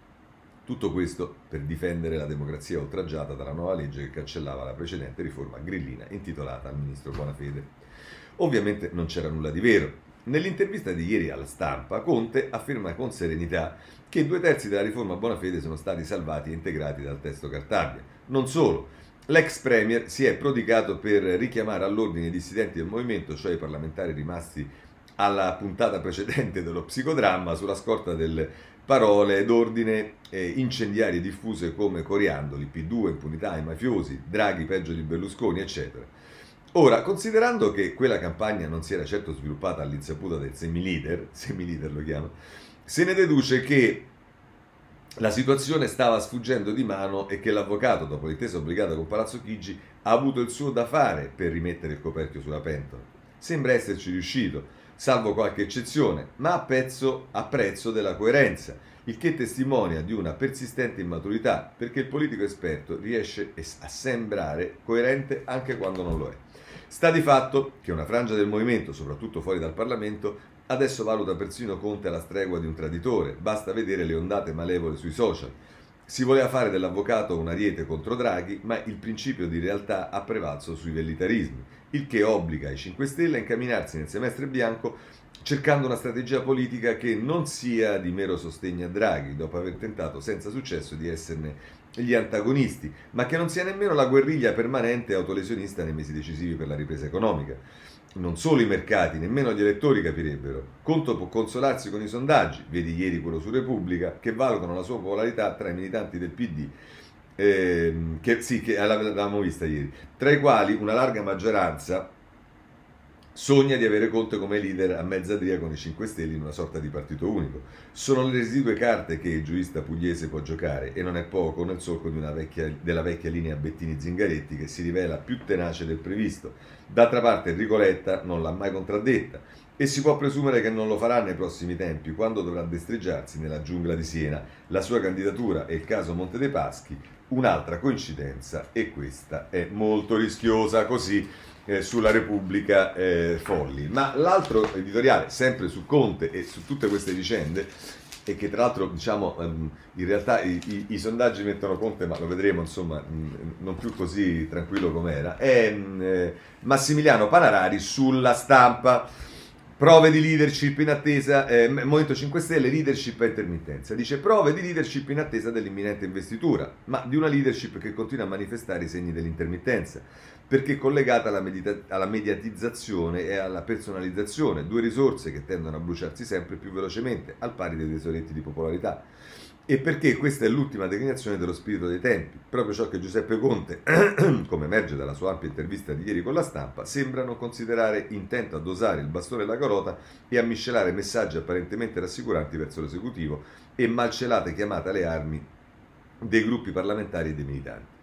Tutto questo per difendere la democrazia oltraggiata dalla nuova legge che cancellava la precedente riforma grillina intitolata al ministro Bonafede. Ovviamente non c'era nulla di vero. Nell'intervista di ieri alla Stampa, Conte afferma con serenità che due terzi della riforma Bonafede sono stati salvati e integrati dal testo Cartabia. Non solo. L'ex premier si è prodigato per richiamare all'ordine i dissidenti del movimento, cioè i parlamentari rimasti alla puntata precedente dello psicodramma, sulla scorta delle parole d'ordine eh, incendiarie diffuse come coriandoli, P due, impunità ai mafiosi, Draghi peggio di Berlusconi, eccetera. Ora, considerando che quella campagna non si era certo sviluppata all'insaputa del semi-leader, semi-leader lo chiamo, se ne deduce che la situazione stava sfuggendo di mano e che l'avvocato, dopo l'intesa obbligata con Palazzo Chigi, ha avuto il suo da fare per rimettere il coperchio sulla pentola. Sembra esserci riuscito, salvo qualche eccezione, ma a, pezzo, a prezzo della coerenza, il che testimonia di una persistente immaturità, perché il politico esperto riesce a sembrare coerente anche quando non lo è. Sta di fatto che una frangia del movimento, soprattutto fuori dal Parlamento, adesso valuta persino Conte alla stregua di un traditore, basta vedere le ondate malevole sui social. Si voleva fare dell'avvocato un ariete contro Draghi, ma il principio di realtà ha prevalso sui velleitarismi, il che obbliga i cinque Stelle a incamminarsi nel semestre bianco cercando una strategia politica che non sia di mero sostegno a Draghi, dopo aver tentato senza successo di esserne gli antagonisti, ma che non sia nemmeno la guerriglia permanente e autolesionista nei mesi decisivi per la ripresa economica. Non solo i mercati, nemmeno gli elettori capirebbero. Conte può consolarsi con i sondaggi, vedi ieri quello su Repubblica, che valutano la sua popolarità tra i militanti del P D, ehm, che sì, che l'avevamo vista ieri, tra i quali una larga maggioranza sogna di avere Conte come leader a mezzadria con i cinque Stelle in una sorta di partito unico. Sono le residue carte che il giurista pugliese può giocare, e non è poco, nel solco di una vecchia, della vecchia linea Bettini-Zingaretti, che si rivela più tenace del previsto. D'altra parte Enrico Letta non l'ha mai contraddetta e si può presumere che non lo farà nei prossimi tempi, quando dovrà destreggiarsi nella giungla di Siena. La sua candidatura e il caso Monte dei Paschi, un'altra coincidenza, e questa è molto rischiosa. Così eh, sulla Repubblica eh, Folli. Ma l'altro editoriale, sempre su Conte e su tutte queste vicende, e che tra l'altro, diciamo, in realtà i, i, i sondaggi mettono Conte, ma lo vedremo, insomma, non più così tranquillo com'era, è eh, Massimiliano Panarari sulla Stampa. Prove di leadership in attesa, eh, Movimento cinque Stelle, leadership a intermittenza. Dice: prove di leadership in attesa dell'imminente investitura, ma di una leadership che continua a manifestare i segni dell'intermittenza, perché collegata alla, medita- alla mediatizzazione e alla personalizzazione, due risorse che tendono a bruciarsi sempre più velocemente, al pari dei tesoretti di popolarità. E perché questa è l'ultima declinazione dello spirito dei tempi, proprio ciò che Giuseppe Conte, come emerge dalla sua ampia intervista di ieri con la Stampa, sembra non considerare intento a dosare il bastone e la carota e a miscelare messaggi apparentemente rassicuranti verso l'esecutivo e malcelate chiamate alle armi dei gruppi parlamentari e dei militanti.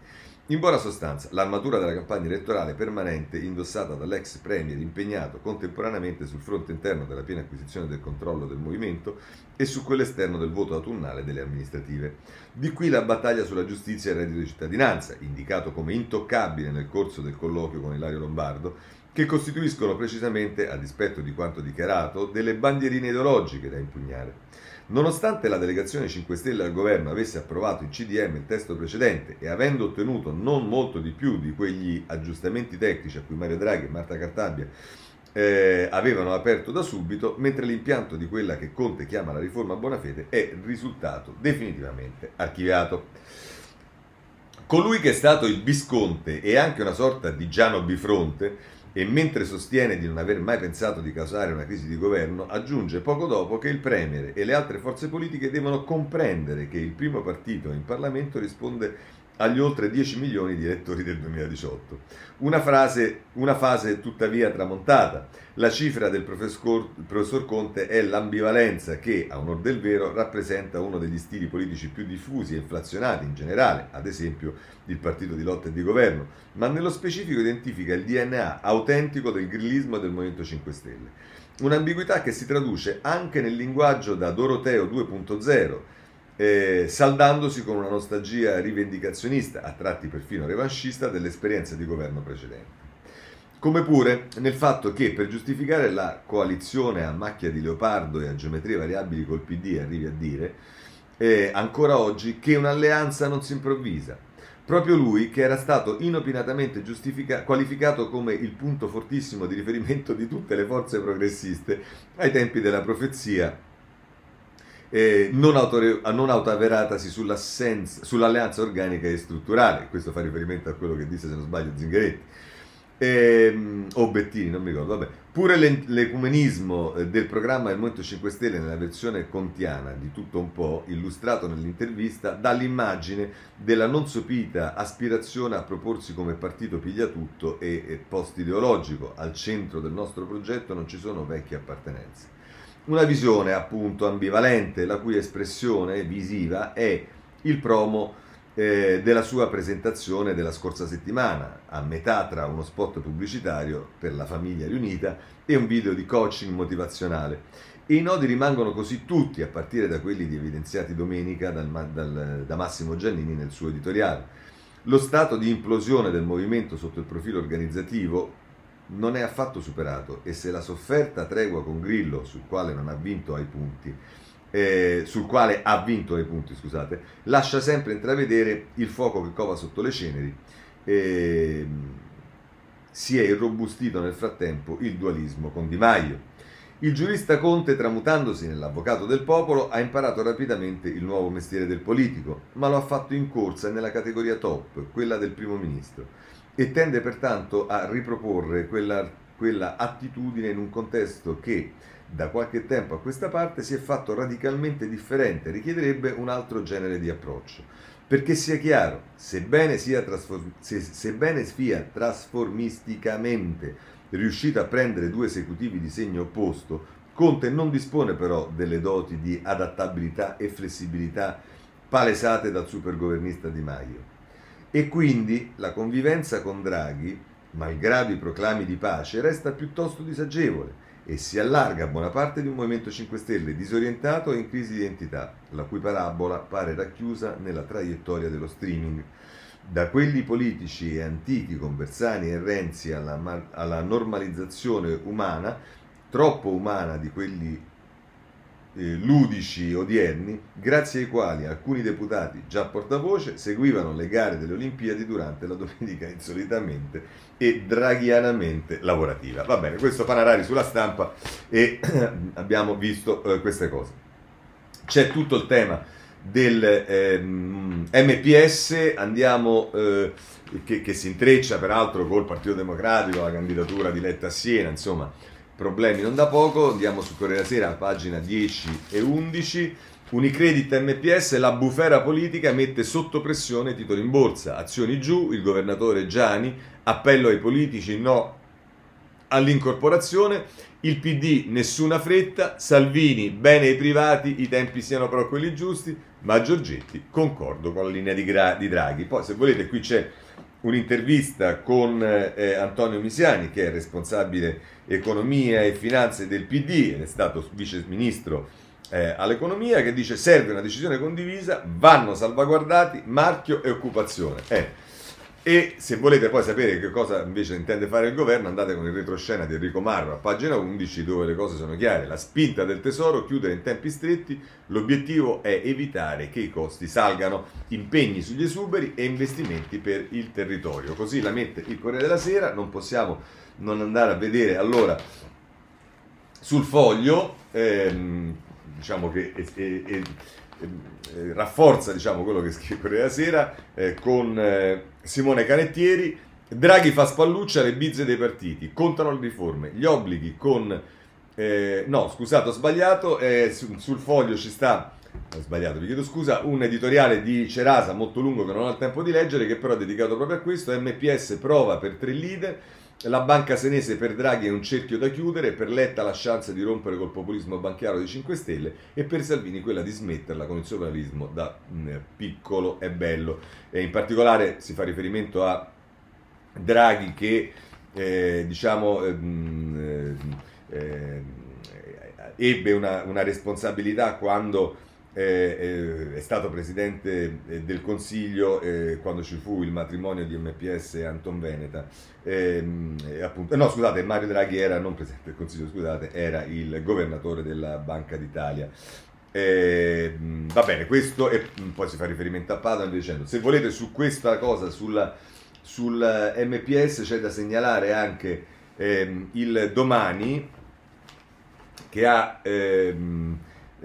In buona sostanza, l'armatura della campagna elettorale permanente indossata dall'ex premier impegnato contemporaneamente sul fronte interno della piena acquisizione del controllo del movimento e su quello esterno del voto autunnale delle amministrative. Di qui la battaglia sulla giustizia e il reddito di cittadinanza, indicato come intoccabile nel corso del colloquio con Ilario Lombardo, che costituiscono precisamente, a dispetto di quanto dichiarato, delle bandierine ideologiche da impugnare. Nonostante la delegazione cinque Stelle al governo avesse approvato in C D M il testo precedente e avendo ottenuto non molto di più di quegli aggiustamenti tecnici a cui Mario Draghi e Marta Cartabia eh, avevano aperto da subito, mentre l'impianto di quella che Conte chiama la riforma Bonafede è risultato definitivamente archiviato. Colui che è stato il Visconte e anche una sorta di Giano Bifronte, e mentre sostiene di non aver mai pensato di causare una crisi di governo, aggiunge poco dopo che il Premier e le altre forze politiche devono comprendere che il primo partito in Parlamento risponde agli oltre dieci milioni di elettori del duemiladiciotto. Una frase, una fase tuttavia tramontata. La cifra del professor, professor Conte è l'ambivalenza che, a onor del vero, rappresenta uno degli stili politici più diffusi e inflazionati in generale, ad esempio il partito di lotta e di governo, ma nello specifico identifica il D N A autentico del grillismo e del Movimento cinque Stelle. Un'ambiguità che si traduce anche nel linguaggio da Doroteo due punto zero, Eh, saldandosi con una nostalgia rivendicazionista, a tratti perfino revanchista, dell'esperienza di governo precedente. Come pure nel fatto che per giustificare la coalizione a macchia di leopardo e a geometrie variabili col P D arrivi a dire, eh, ancora oggi, che un'alleanza non si improvvisa. Proprio lui, che era stato inopinatamente giustifica- qualificato come il punto fortissimo di riferimento di tutte le forze progressiste ai tempi della profezia, Eh, non, autore- non autoavveratasi sull'alleanza organica e strutturale. Questo fa riferimento a quello che disse, se non sbaglio, Zingaretti ehm, o Bettini, non mi ricordo. Vabbè. Pure l'e- l'ecumenismo del programma del Movimento cinque Stelle nella versione contiana di Tutto un po', illustrato nell'intervista, dà l'immagine della non sopita aspirazione a proporsi come partito pigliatutto e, e post-ideologico. Al centro del nostro progetto non ci sono vecchie appartenenze. Una visione appunto ambivalente, la cui espressione visiva è il promo eh, della sua presentazione della scorsa settimana, a metà tra uno spot pubblicitario per la famiglia riunita e un video di coaching motivazionale. E i nodi rimangono così tutti, a partire da quelli di evidenziati domenica dal, dal, da Massimo Giannini nel suo editoriale. Lo stato di implosione del movimento sotto il profilo organizzativo non è affatto superato, e se la sofferta tregua con Grillo, sul quale non ha vinto ai punti, eh, sul quale ha vinto ai punti, scusate, lascia sempre intravedere il fuoco che cova sotto le ceneri, eh, si è irrobustito nel frattempo il dualismo con Di Maio. Il giurista Conte, tramutandosi nell'avvocato del popolo, ha imparato rapidamente il nuovo mestiere del politico, ma lo ha fatto in corsa nella categoria top, quella del primo ministro, e tende pertanto a riproporre quella, quella attitudine in un contesto che da qualche tempo a questa parte si è fatto radicalmente differente, richiederebbe un altro genere di approccio. Perché sia chiaro, sebbene sia, trasform- se, sebbene sia trasformisticamente riuscito a prendere due esecutivi di segno opposto, Conte non dispone però delle doti di adattabilità e flessibilità palesate dal supergovernista Di Maio. E quindi la convivenza con Draghi, malgrado i proclami di pace, resta piuttosto disagevole e si allarga a buona parte di un Movimento cinque Stelle disorientato e in crisi di identità, la cui parabola pare racchiusa nella traiettoria dello streaming. Da quelli politici e antichi con Bersani e Renzi alla, alla normalizzazione umana, troppo umana di quelli Eh, ludici odierni, grazie ai quali alcuni deputati già portavoce seguivano le gare delle Olimpiadi durante la domenica insolitamente e draghianamente lavorativa. Va bene, questo Panarari sulla Stampa, e abbiamo visto eh, queste cose. C'è tutto il tema del ehm, M P S, andiamo eh, che, che si intreccia peraltro col Partito Democratico, la candidatura di Letta a Siena, insomma problemi non da poco. Andiamo su Corriere della Sera, pagina dieci e undici. Unicredit M P S, la bufera politica mette sotto pressione titoli in borsa, azioni giù, il governatore Giani, appello ai politici, no all'incorporazione. Il P D nessuna fretta, Salvini bene ai privati, i tempi siano però quelli giusti, ma Giorgetti concordo con la linea di, Gra- di Draghi. Poi se volete qui c'è un'intervista con eh, Antonio Misiani, che è responsabile economia e finanze del P D ed è stato vice ministro eh, all'economia, che dice serve una decisione condivisa, vanno salvaguardati marchio e occupazione. Eh. E se volete poi sapere che cosa invece intende fare il governo, andate con il retroscena di Enrico Marro a pagina undici, dove le cose sono chiare. La spinta del tesoro, chiudere in tempi stretti, l'obiettivo è evitare che i costi salgano, impegni sugli esuberi e investimenti per il territorio. Così la mette il Corriere della Sera, non possiamo non andare a vedere allora sul Foglio, ehm, diciamo che eh, eh, eh, eh, rafforza diciamo quello che scrive il Corriere della Sera eh, con eh, Simone Canettieri. Draghi fa spalluccia alle bizze dei partiti, contano le riforme, gli obblighi con eh, no scusate ho sbagliato, eh, su, sul Foglio ci sta, ho sbagliato, vi chiedo scusa, un editoriale di Cerasa molto lungo che non ho il tempo di leggere, che però è dedicato proprio a questo. M P S prova per tre leader, la banca senese per Draghi è un cerchio da chiudere, per Letta la chance di rompere col populismo banchiero dei cinque Stelle e per Salvini quella di smetterla con il sovranismo da mh, piccolo e bello. E in particolare si fa riferimento a Draghi che eh, diciamo eh, eh, ebbe una, una responsabilità quando eh, eh, è stato presidente del Consiglio, eh, quando ci fu il matrimonio di M P S e Anton Veneta. Eh, appunto, no scusate, Mario Draghi era non presidente del Consiglio, scusate, era il governatore della Banca d'Italia. Eh, va bene, questo e poi si fa riferimento a Padoan dicendo, se volete su questa cosa sulla, sul M P S c'è da segnalare anche ehm, il Domani, che ha ehm,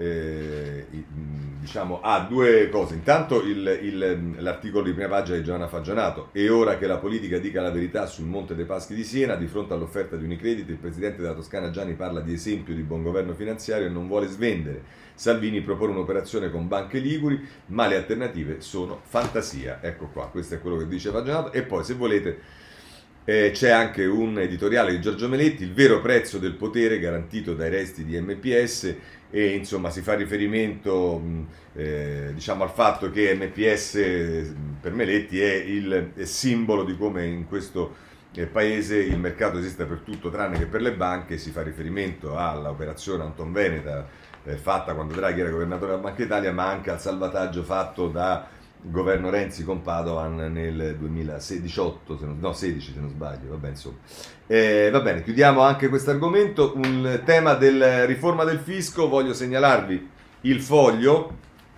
eh, diciamo ha due cose. Intanto il, il, l'articolo di prima pagina di Giovanna Fagionato: e ora che la politica dica la verità sul Monte dei Paschi di Siena, di fronte all'offerta di Unicredit il presidente della Toscana Gianni parla di esempio di buon governo finanziario e non vuole svendere. Salvini propone un'operazione con banche liguri, ma le alternative sono fantasia. Ecco qua, questo è quello che dice Fagionato. E poi se volete eh, c'è anche un editoriale di Giorgio Meletti, il vero prezzo del potere garantito dai resti di M P S, e insomma si fa riferimento mh, eh, diciamo al fatto che M P S per Meletti è il è simbolo di come in questo eh, paese il mercato esiste per tutto tranne che per le banche. Si fa riferimento all'operazione Anton Veneta eh, fatta quando Draghi era governatore della Banca d'Italia, ma anche al salvataggio fatto da governo Renzi con Padoan nel duemiladiciotto, se non, no sedici se non sbaglio, vabbè insomma. Eh, va bene, chiudiamo anche questo argomento. Un tema della riforma del fisco, voglio segnalarvi il Foglio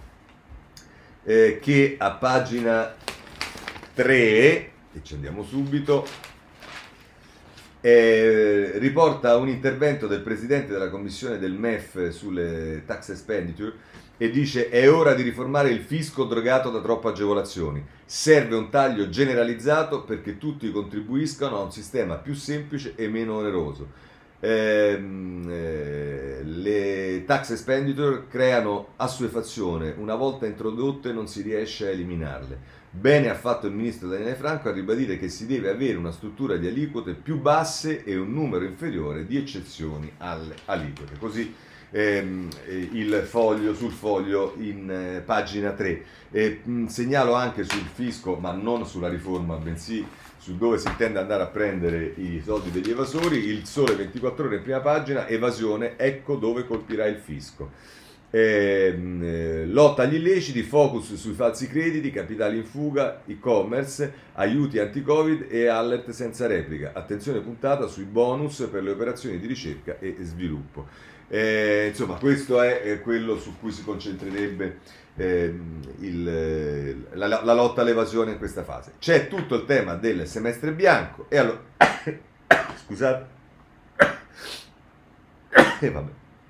eh, che a pagina tre, e ci andiamo subito, eh, riporta un intervento del presidente della commissione del M E F sulle tax expenditure e dice: è ora di riformare il fisco drogato da troppe agevolazioni, serve un taglio generalizzato perché tutti contribuiscano a un sistema più semplice e meno oneroso. Ehm, eh, le tax expenditure creano assuefazione, una volta introdotte non si riesce a eliminarle. Bene ha fatto il ministro Daniele Franco a ribadire che si deve avere una struttura di aliquote più basse e un numero inferiore di eccezioni alle aliquote. Così ehm, il Foglio, sul Foglio in eh, pagina tre. E, mh, segnalo anche sul fisco, ma non sulla riforma, bensì su dove si intende andare a prendere i soldi degli evasori. Il Sole ventiquattro Ore in prima pagina: evasione, ecco dove colpirà il fisco. Eh, eh, lotta agli illeciti, focus sui falsi crediti, capitali in fuga, e-commerce, aiuti anti-Covid e alert senza replica. Attenzione puntata sui bonus per le operazioni di ricerca e sviluppo. Eh, insomma, questo è eh, quello su cui si concentrerebbe eh, il, la, la lotta all'evasione in questa fase. C'è tutto il tema del semestre bianco e allora scusate e vabbè.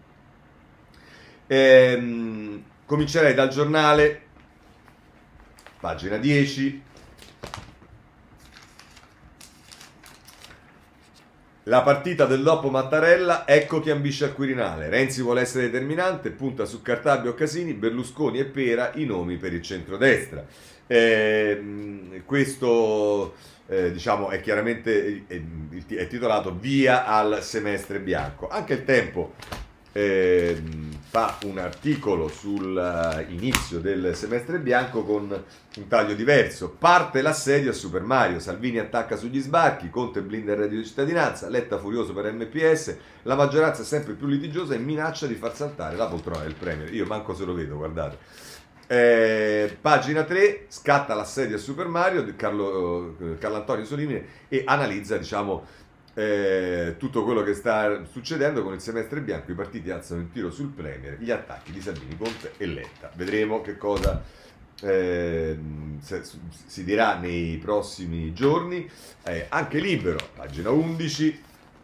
Ehm, comincerei dal giornale, pagina dieci. La partita del dopo Mattarella, ecco chi ambisce al Quirinale. Renzi vuole essere determinante, punta su Cartabia o Casini, Berlusconi e Pera i nomi per il centrodestra. Eh, questo eh, diciamo è chiaramente è, è titolato Via al semestre bianco. Anche il Tempo eh, fa un articolo sull'inizio del semestre bianco con un taglio diverso. Parte l'assedio a Super Mario, Salvini attacca sugli sbarchi, Conte blinda il reddito di cittadinanza, Letta furioso per M P S, la maggioranza è sempre più litigiosa e minaccia di far saltare la poltrona del Premier. Io manco se lo vedo, guardate. Eh, pagina tre, scatta l'assedio a Super Mario di Carlo, Carlo Antonio Solimine e analizza, diciamo, Eh, tutto quello che sta succedendo con il semestre bianco. I partiti alzano il tiro sul Premier, gli attacchi di Salvini, Conte e Letta. Vedremo che cosa eh, se, si dirà nei prossimi giorni. Eh, anche Libero, pagina undici.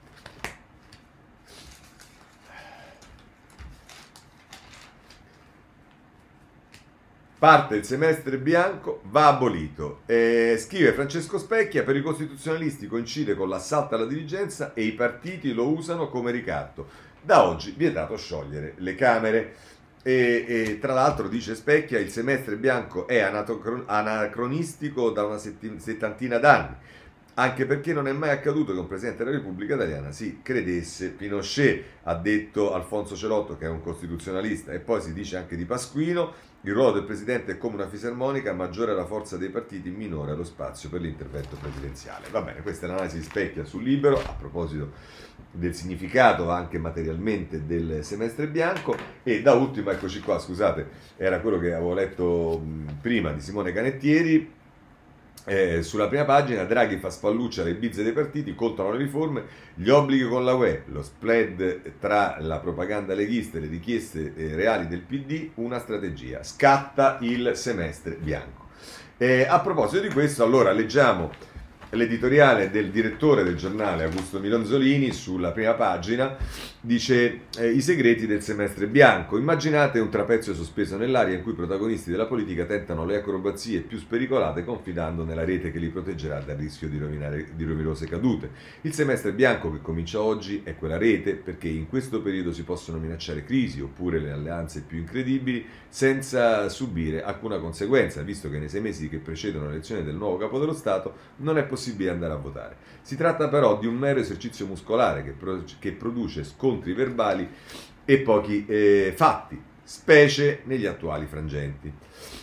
Parte il semestre bianco, va abolito. Eh, scrive Francesco Specchia, per i costituzionalisti coincide con l'assalto alla dirigenza e i partiti lo usano come ricatto. Da oggi vietato sciogliere le Camere. E, e tra l'altro, dice Specchia, il semestre bianco è anacronistico da una settantina d'anni, anche perché non è mai accaduto che un Presidente della Repubblica Italiana si credesse Pinochet, ha detto Alfonso Cerotto, che è un costituzionalista, e poi si dice anche di Pasquino. Il ruolo del Presidente è come una fisarmonica, maggiore è la forza dei partiti, minore è lo spazio per l'intervento presidenziale. Va bene, questa è l'analisi di Specchia sul Libero, a proposito del significato anche materialmente del semestre bianco. E da ultimo, eccoci qua, scusate, era quello che avevo letto prima di Simone Canettieri. Eh, sulla prima pagina Draghi fa spalluccia le bizze dei partiti, contano le riforme, gli obblighi con la U E, lo spread tra la propaganda leghista e le richieste eh, reali del P D, una strategia, scatta il semestre bianco. Eh, a proposito di questo, allora leggiamo l'editoriale del direttore del giornale Augusto Milonzolini sulla prima pagina. Dice eh, i segreti del semestre bianco. Immaginate un trapezio sospeso nell'aria in cui i protagonisti della politica tentano le acrobazie più spericolate confidando nella rete che li proteggerà dal rischio di, rovinare, di rovinose cadute. Il semestre bianco che comincia oggi è quella rete, perché in questo periodo si possono minacciare crisi oppure le alleanze più incredibili senza subire alcuna conseguenza, visto che nei sei mesi che precedono l'elezione del nuovo capo dello Stato non è possibile andare a votare. Si tratta però di un mero esercizio muscolare che, pro- che produce scontri verbali e pochi eh, fatti, specie negli attuali frangenti.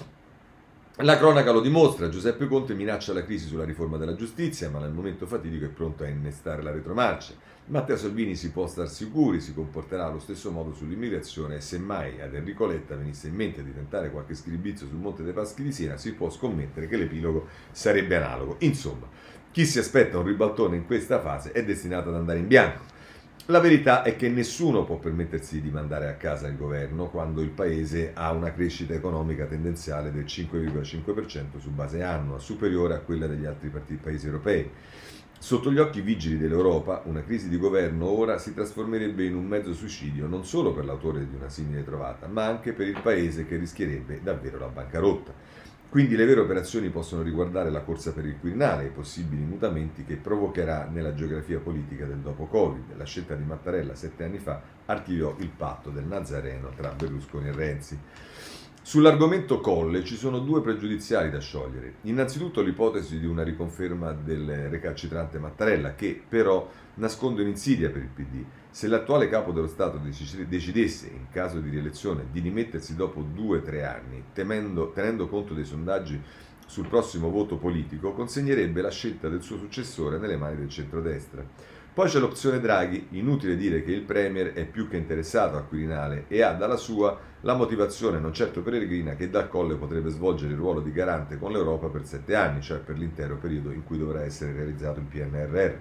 La cronaca lo dimostra, Giuseppe Conte minaccia la crisi sulla riforma della giustizia, ma nel momento fatidico è pronto a innestare la retromarcia. Matteo Salvini si può star sicuri, si comporterà allo stesso modo sull'immigrazione e semmai ad Enrico Letta venisse in mente di tentare qualche scribizio sul Monte dei Paschi di Siena, si può scommettere che l'epilogo sarebbe analogo. Insomma, chi si aspetta un ribaltone in questa fase è destinato ad andare in bianco. La verità è che nessuno può permettersi di mandare a casa il governo quando il paese ha una crescita economica tendenziale del cinque virgola cinque per cento su base annua, superiore a quella degli altri paesi europei. Sotto gli occhi vigili dell'Europa, una crisi di governo ora si trasformerebbe in un mezzo suicidio non solo per l'autore di una simile trovata, ma anche per il paese che rischierebbe davvero la bancarotta. Quindi le vere operazioni possono riguardare la corsa per il Quirinale e i possibili mutamenti che provocherà nella geografia politica del dopo Covid. La scelta di Mattarella sette anni fa archiviò il patto del Nazareno tra Berlusconi e Renzi. Sull'argomento Colle ci sono due pregiudiziali da sciogliere. Innanzitutto l'ipotesi di una riconferma del recalcitrante Mattarella, che però nasconde un'insidia per il P D. Se l'attuale capo dello Stato decidesse, in caso di rielezione, di dimettersi dopo due o tre anni, temendo, tenendo conto dei sondaggi sul prossimo voto politico, consegnerebbe la scelta del suo successore nelle mani del centrodestra. Poi c'è l'opzione Draghi, inutile dire che il Premier è più che interessato al Quirinale e ha dalla sua la motivazione non certo peregrina che dal Colle potrebbe svolgere il ruolo di garante con l'Europa per sette anni, cioè per l'intero periodo in cui dovrà essere realizzato il P N R R.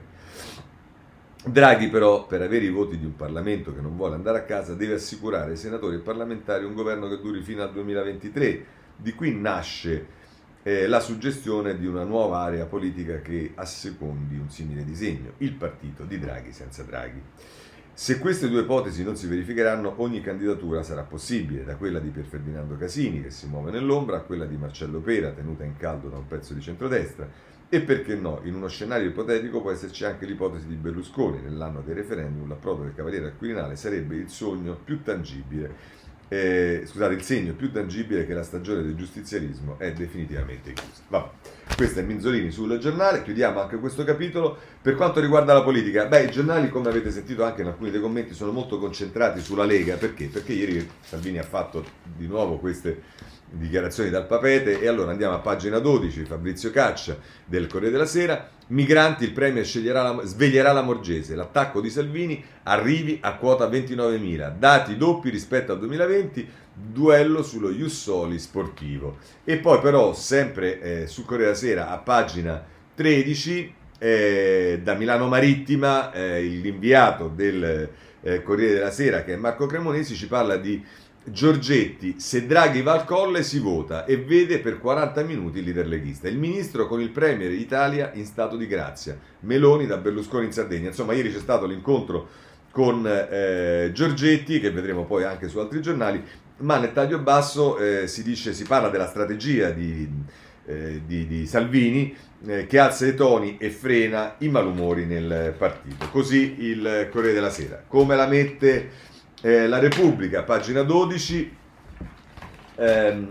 Draghi però, per avere i voti di un Parlamento che non vuole andare a casa, deve assicurare ai senatori e parlamentari un governo che duri fino al duemilaventitré. Di qui nasce eh, la suggestione di una nuova area politica che assecondi un simile disegno, il partito di Draghi senza Draghi. Se queste due ipotesi non si verificheranno, ogni candidatura sarà possibile, da quella di Pier Ferdinando Casini, che si muove nell'ombra, a quella di Marcello Pera, tenuta in caldo da un pezzo di centrodestra, e perché no, in uno scenario ipotetico può esserci anche l'ipotesi di Berlusconi. Nell'anno dei referendum l'approdo del Cavaliere al Quirinale sarebbe il sogno più tangibile, eh, scusate, il segno più tangibile che la stagione del giustizialismo è definitivamente chiusa. Vabbè. Questo è Minzolini sul giornale, chiudiamo anche questo capitolo. Per quanto riguarda la politica, beh, i giornali, come avete sentito anche in alcuni dei commenti, sono molto concentrati sulla Lega. Perché? Perché ieri Salvini ha fatto di nuovo queste dichiarazioni dal papete, e allora andiamo a pagina dodici, Fabrizio Caccia del Corriere della Sera. Migranti, il premier sceglierà la, sveglierà la Morgese, l'attacco di Salvini, arrivi a quota ventinovemila, dati doppi rispetto al duemilaventi, duello sullo Ius Soli sportivo. E poi però sempre eh, sul Corriere della Sera a pagina tredici, eh, da Milano Marittima, eh, l'inviato del eh, Corriere della Sera, che è Marco Cremonesi, ci parla di Giorgetti: se Draghi va al Colle si vota, e vede per quaranta minuti il leader leghista. Il ministro con il premier Italia in stato di grazia. Meloni da Berlusconi in Sardegna. Insomma, ieri c'è stato l'incontro con eh, Giorgetti, che vedremo poi anche su altri giornali, ma nel taglio basso eh, si dice, si parla della strategia di, eh, di, di Salvini, eh, che alza i toni e frena i malumori nel partito. Così il Corriere della Sera. Come la mette Eh, la Repubblica, pagina dodici, ehm,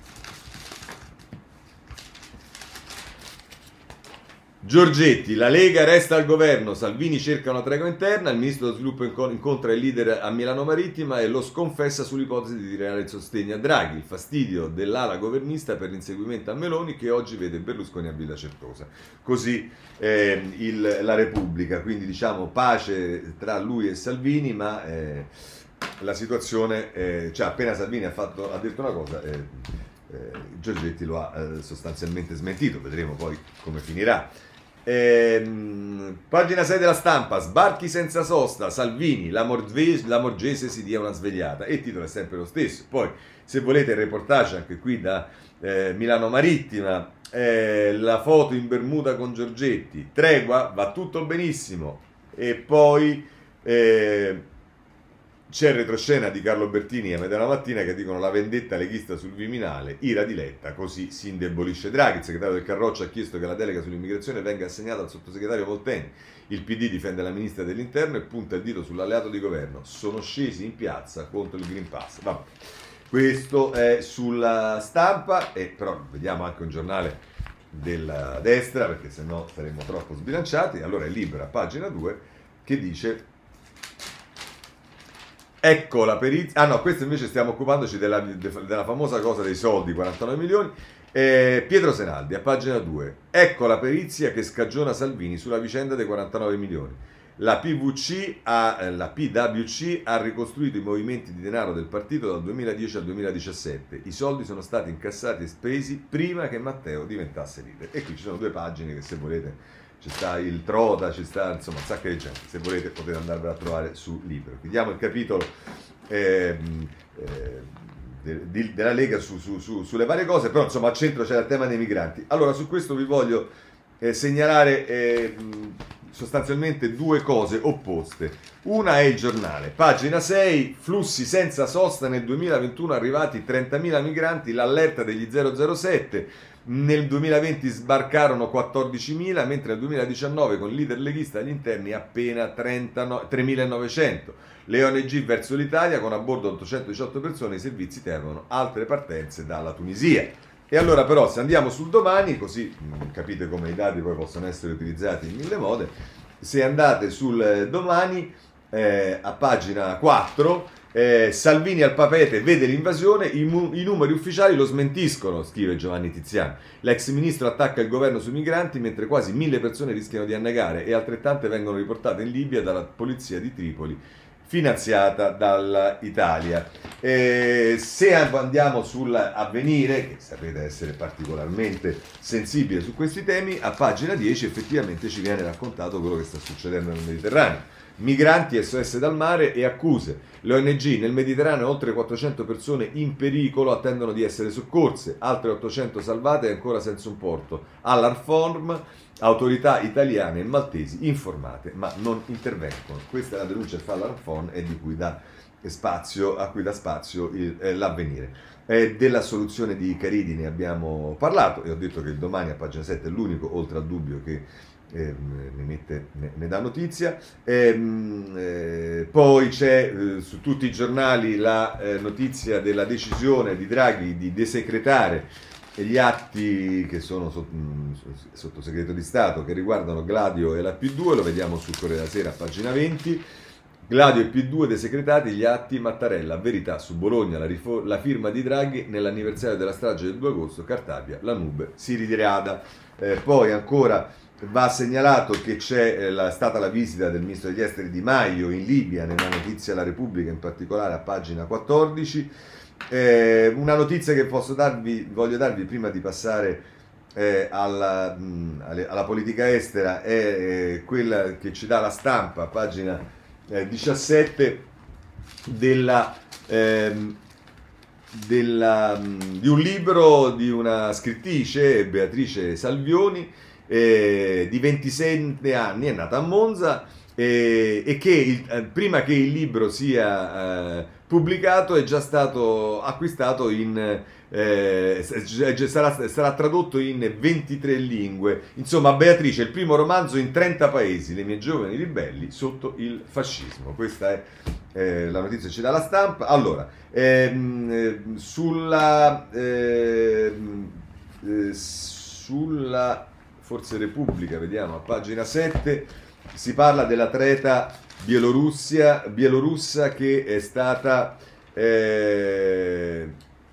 Giorgetti: la Lega resta al governo, Salvini cerca una tregua interna, il ministro dello sviluppo incontra il leader a Milano Marittima e lo sconfessa sull'ipotesi di tirare il sostegno a Draghi, il fastidio dell'ala governista per l'inseguimento a Meloni, che oggi vede Berlusconi a Villa Certosa. Così eh, il, la Repubblica, quindi diciamo pace tra lui e Salvini, ma eh, la situazione, eh, cioè appena Salvini ha, fatto, ha detto una cosa, eh, eh, Giorgetti lo ha eh, sostanzialmente smentito, vedremo poi come finirà. Ehm, pagina sei della Stampa: sbarchi senza sosta, Salvini, la, Morve- la Morgese si dia una svegliata, e il titolo è sempre lo stesso. Poi, se volete, il reportage anche qui da eh, Milano Marittima, eh, la foto in Bermuda con Giorgetti, tregua, va tutto benissimo, e poi eh, c'è il retroscena di Carlo Bertini a metà della mattina che dicono: la vendetta leghista sul Viminale, ira di Letta, così si indebolisce Draghi. Il segretario del Carroccio ha chiesto che la delega sull'immigrazione venga assegnata al sottosegretario Molteni. Il P D difende la ministra dell'Interno e punta il dito sull'alleato di governo. Sono scesi in piazza contro il Green Pass. Vabbè. Questo è sulla Stampa, e però vediamo anche un giornale della destra, perché sennò saremmo troppo sbilanciati. Allora è Libera, pagina due, che dice: ecco la perizia. Ah no, questo invece stiamo occupandoci della, della famosa cosa dei soldi, quarantanove milioni. Eh, Pietro Senaldi, a pagina due. Ecco la perizia che scagiona Salvini sulla vicenda dei quarantanove milioni. La P V C ha, la P W C ha ricostruito i movimenti di denaro del partito dal duemiladieci al duemiladiciassette. I soldi sono stati incassati e spesi prima che Matteo diventasse leader. E qui ci sono due pagine che, se volete, ci sta il Trota, ci sta insomma un sacco di gente, se volete potete andarvela a trovare su Libero. Chiudiamo il capitolo eh, eh, de, de, della Lega su, su, su, sulle varie cose, però insomma al centro c'è il tema dei migranti. Allora, su questo vi voglio eh, segnalare eh, sostanzialmente due cose opposte. Una è il Giornale, pagina sei, flussi senza sosta nel duemilaventuno, arrivati trentamila migranti, l'allerta degli zero zero sette. Nel duemilaventi sbarcarono quattordicimila, mentre nel duemiladiciannove con il leader leghista agli interni appena tremilanovecento. Le O N G verso l'Italia, con a bordo ottocentodiciotto persone, i servizi temono altre partenze dalla Tunisia. E allora però, se andiamo sul Domani, così mh, capite come i dati poi possono essere utilizzati in mille mode, se andate sul Domani, eh, a pagina quattro, Eh, Salvini al papete, vede l'invasione, i, mu- i numeri ufficiali lo smentiscono, scrive Giovanni Tiziano. L'ex ministro attacca il governo sui migranti, mentre quasi mille persone rischiano di annegare, e altrettante vengono riportate in Libia dalla polizia di Tripoli, finanziata dall'Italia. Eh, se andiamo sull'Avvenire, che sapete essere particolarmente sensibile su questi temi, a pagina dieci effettivamente ci viene raccontato quello che sta succedendo nel Mediterraneo. Migranti, S O S dal mare e accuse. Le O N G nel Mediterraneo, oltre quattrocento persone in pericolo attendono di essere soccorse, altre ottocento salvate e ancora senza un porto. All'Arform, autorità italiane e maltesi informate ma non intervengono. Questa è la denuncia che fa l'Arform e di cui dà spazio, a cui dà spazio il, eh, l'Avvenire. Eh, della soluzione di Caridi ne abbiamo parlato e ho detto che il Domani a pagina sette è l'unico, oltre al Dubbio, che eh, ne, mette, ne, ne dà notizia. Eh, eh, poi c'è eh, su tutti i giornali la eh, notizia della decisione di Draghi di desecretare gli atti che sono sotto, sotto segreto di Stato che riguardano Gladio e la P due, lo vediamo sul Corriere della Sera a pagina venti. Gladio e P due desecretati, gli atti Mattarella, verità su Bologna, la, rifo- la firma di Draghi nell'anniversario della strage del due agosto, Cartabia, la nube si ritirada. Eh, poi ancora va segnalato che c'è eh, la, stata la visita del ministro degli esteri Di Maio in Libia, nella notizia La Repubblica in particolare a pagina quattordici. Eh, una notizia che posso darvi, voglio darvi prima di passare eh, alla, mh, alle, alla politica estera è eh, quella che ci dà La Stampa, pagina Eh, diciassette, della, ehm, della, mh, di un libro di una scrittrice, Beatrice Salvioni, eh, di ventisei anni, è nata a Monza, eh, e che il, eh, prima che il libro sia eh, pubblicato è già stato acquistato in eh, sarà, sarà tradotto in ventitré lingue. Insomma, Beatrice, il primo romanzo in trenta paesi, le mie giovani ribelli sotto il fascismo. Questa è eh, la notizia che ci dà La Stampa. Allora, ehm, sulla ehm, eh, sulla forse Repubblica, vediamo a pagina sette, si parla della treta Bielorussia, bielorussa che è stata eh,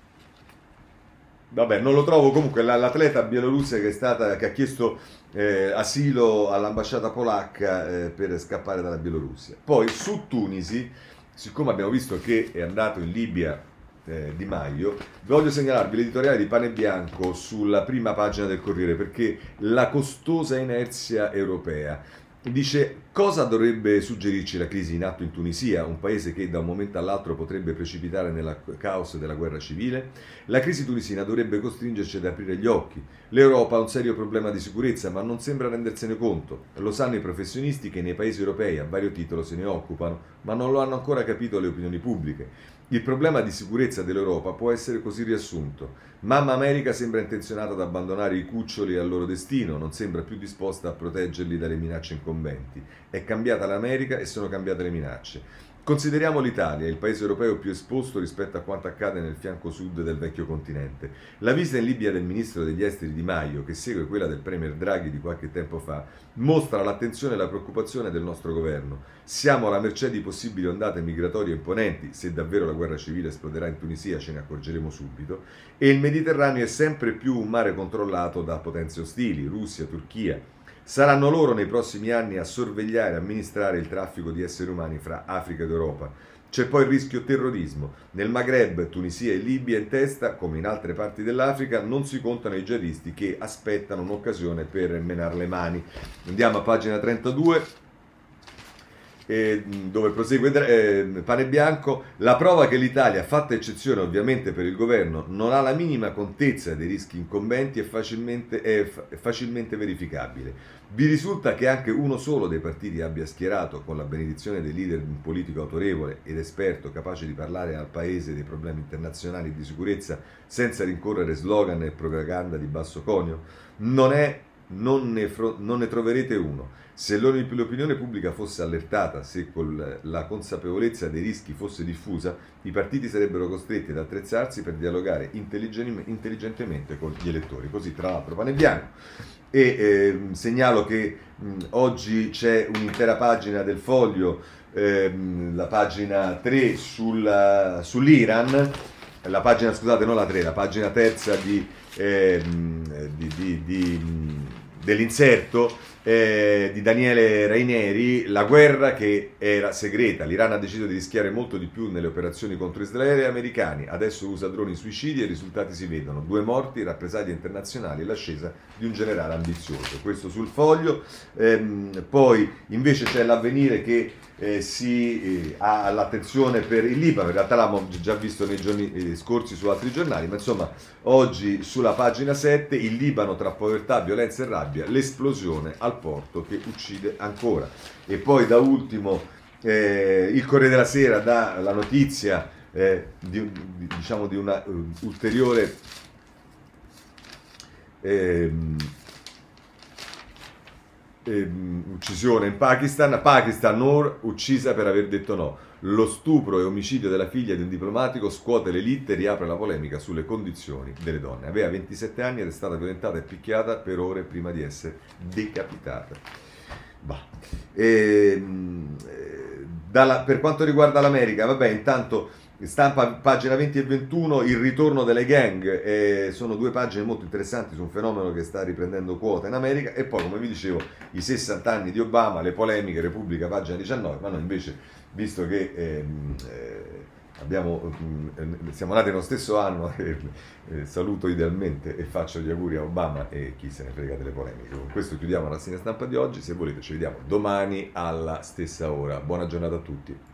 vabbè, non lo trovo, comunque l'atleta bielorussa che è stata che ha chiesto eh, asilo all'ambasciata polacca eh, per scappare dalla Bielorussia. Poi su Tunisi, siccome abbiamo visto che è andato in Libia eh, Di Maio, voglio segnalarvi l'editoriale di Pane Bianco sulla prima pagina del Corriere, perché la costosa inerzia europea. Dice: cosa dovrebbe suggerirci la crisi in atto in Tunisia, un paese che da un momento all'altro potrebbe precipitare nel caos della guerra civile? La crisi tunisina dovrebbe costringerci ad aprire gli occhi. L'Europa ha un serio problema di sicurezza, ma non sembra rendersene conto. Lo sanno i professionisti che nei paesi europei a vario titolo se ne occupano, ma non lo hanno ancora capito le opinioni pubbliche. Il problema di sicurezza dell'Europa può essere così riassunto. Mamma America sembra intenzionata ad abbandonare i cuccioli al loro destino, non sembra più disposta a proteggerli dalle minacce incombenti. È cambiata l'America e sono cambiate le minacce. Consideriamo l'Italia, il paese europeo più esposto rispetto a quanto accade nel fianco sud del vecchio continente. La visita in Libia del ministro degli esteri Di Maio, che segue quella del premier Draghi di qualche tempo fa, mostra l'attenzione e la preoccupazione del nostro governo. Siamo alla mercé di possibili ondate migratorie imponenti, se davvero la guerra civile esploderà in Tunisia ce ne accorgeremo subito, e il Mediterraneo è sempre più un mare controllato da potenze ostili, Russia, Turchia. Saranno loro nei prossimi anni a sorvegliare e amministrare il traffico di esseri umani fra Africa ed Europa. C'è poi il rischio terrorismo. Nel Maghreb, Tunisia e Libia in testa, come in altre parti dell'Africa, non si contano i jihadisti che aspettano un'occasione per menare le mani. Andiamo a pagina trentadue. Eh, dove prosegue eh, Pane Bianco. La prova che l'Italia, fatta eccezione ovviamente per il governo, non ha la minima contezza dei rischi incombenti è facilmente, è fa- è facilmente verificabile. Vi risulta che anche uno solo dei partiti abbia schierato, con la benedizione del leader, un politico autorevole ed esperto capace di parlare al paese dei problemi internazionali e di sicurezza senza rincorrere slogan e propaganda di basso conio? Non è Non ne, fro- non ne troverete uno. Se l'opinione pubblica fosse allertata, se con la consapevolezza dei rischi fosse diffusa, i partiti sarebbero costretti ad attrezzarsi per dialogare intelligen- intelligentemente con gli elettori. Così, tra l'altro, Pane Bianco. E eh, segnalo che mh, oggi c'è un'intera pagina del Foglio, ehm, la pagina tre sulla, sull'Iran, la pagina, scusate, non la tre, la pagina terza di, ehm, di, di, di dell'inserto, eh, di Daniele Raineri, la guerra che era segreta. L'Iran ha deciso di rischiare molto di più nelle operazioni contro Israele e americani. Adesso usa droni suicidi e i risultati si vedono. Due morti, rappresaglie internazionali e l'ascesa di un generale ambizioso. Questo sul Foglio. Ehm, poi invece c'è l'Avvenire che eh, si eh, ha l'attenzione per il Libano. In realtà l'abbiamo già visto nei giorni eh, scorsi su altri giornali, ma insomma oggi sulla pagina sette: il Libano tra povertà, violenza e rabbia, l'esplosione al porto che uccide ancora. E poi da ultimo eh, il Corriere della Sera dà la notizia eh, di, di, diciamo di una uh, ulteriore ehm, ehm, uccisione in Pakistan. Pakistan, Noor uccisa per aver detto no. Lo stupro e omicidio della figlia di un diplomatico scuote l'elite e riapre la polemica sulle condizioni delle donne. Aveva ventisette anni ed è stata violentata e picchiata per ore prima di essere decapitata. Bah. E, dalla, per quanto riguarda l'America, vabbè, intanto stampa pagina venti e ventuno, il ritorno delle gang, eh, sono due pagine molto interessanti su un fenomeno che sta riprendendo quota in America. E poi, come vi dicevo, i sessanta anni di Obama, le polemiche, Repubblica, pagina diciannove. Ma noi invece, visto che ehm, eh, abbiamo, eh, siamo nati nello stesso anno, eh, eh, saluto idealmente e faccio gli auguri a Obama e chi se ne frega delle polemiche. Con questo chiudiamo la rassegna stampa di oggi. Se volete ci vediamo domani alla stessa ora. Buona giornata a tutti.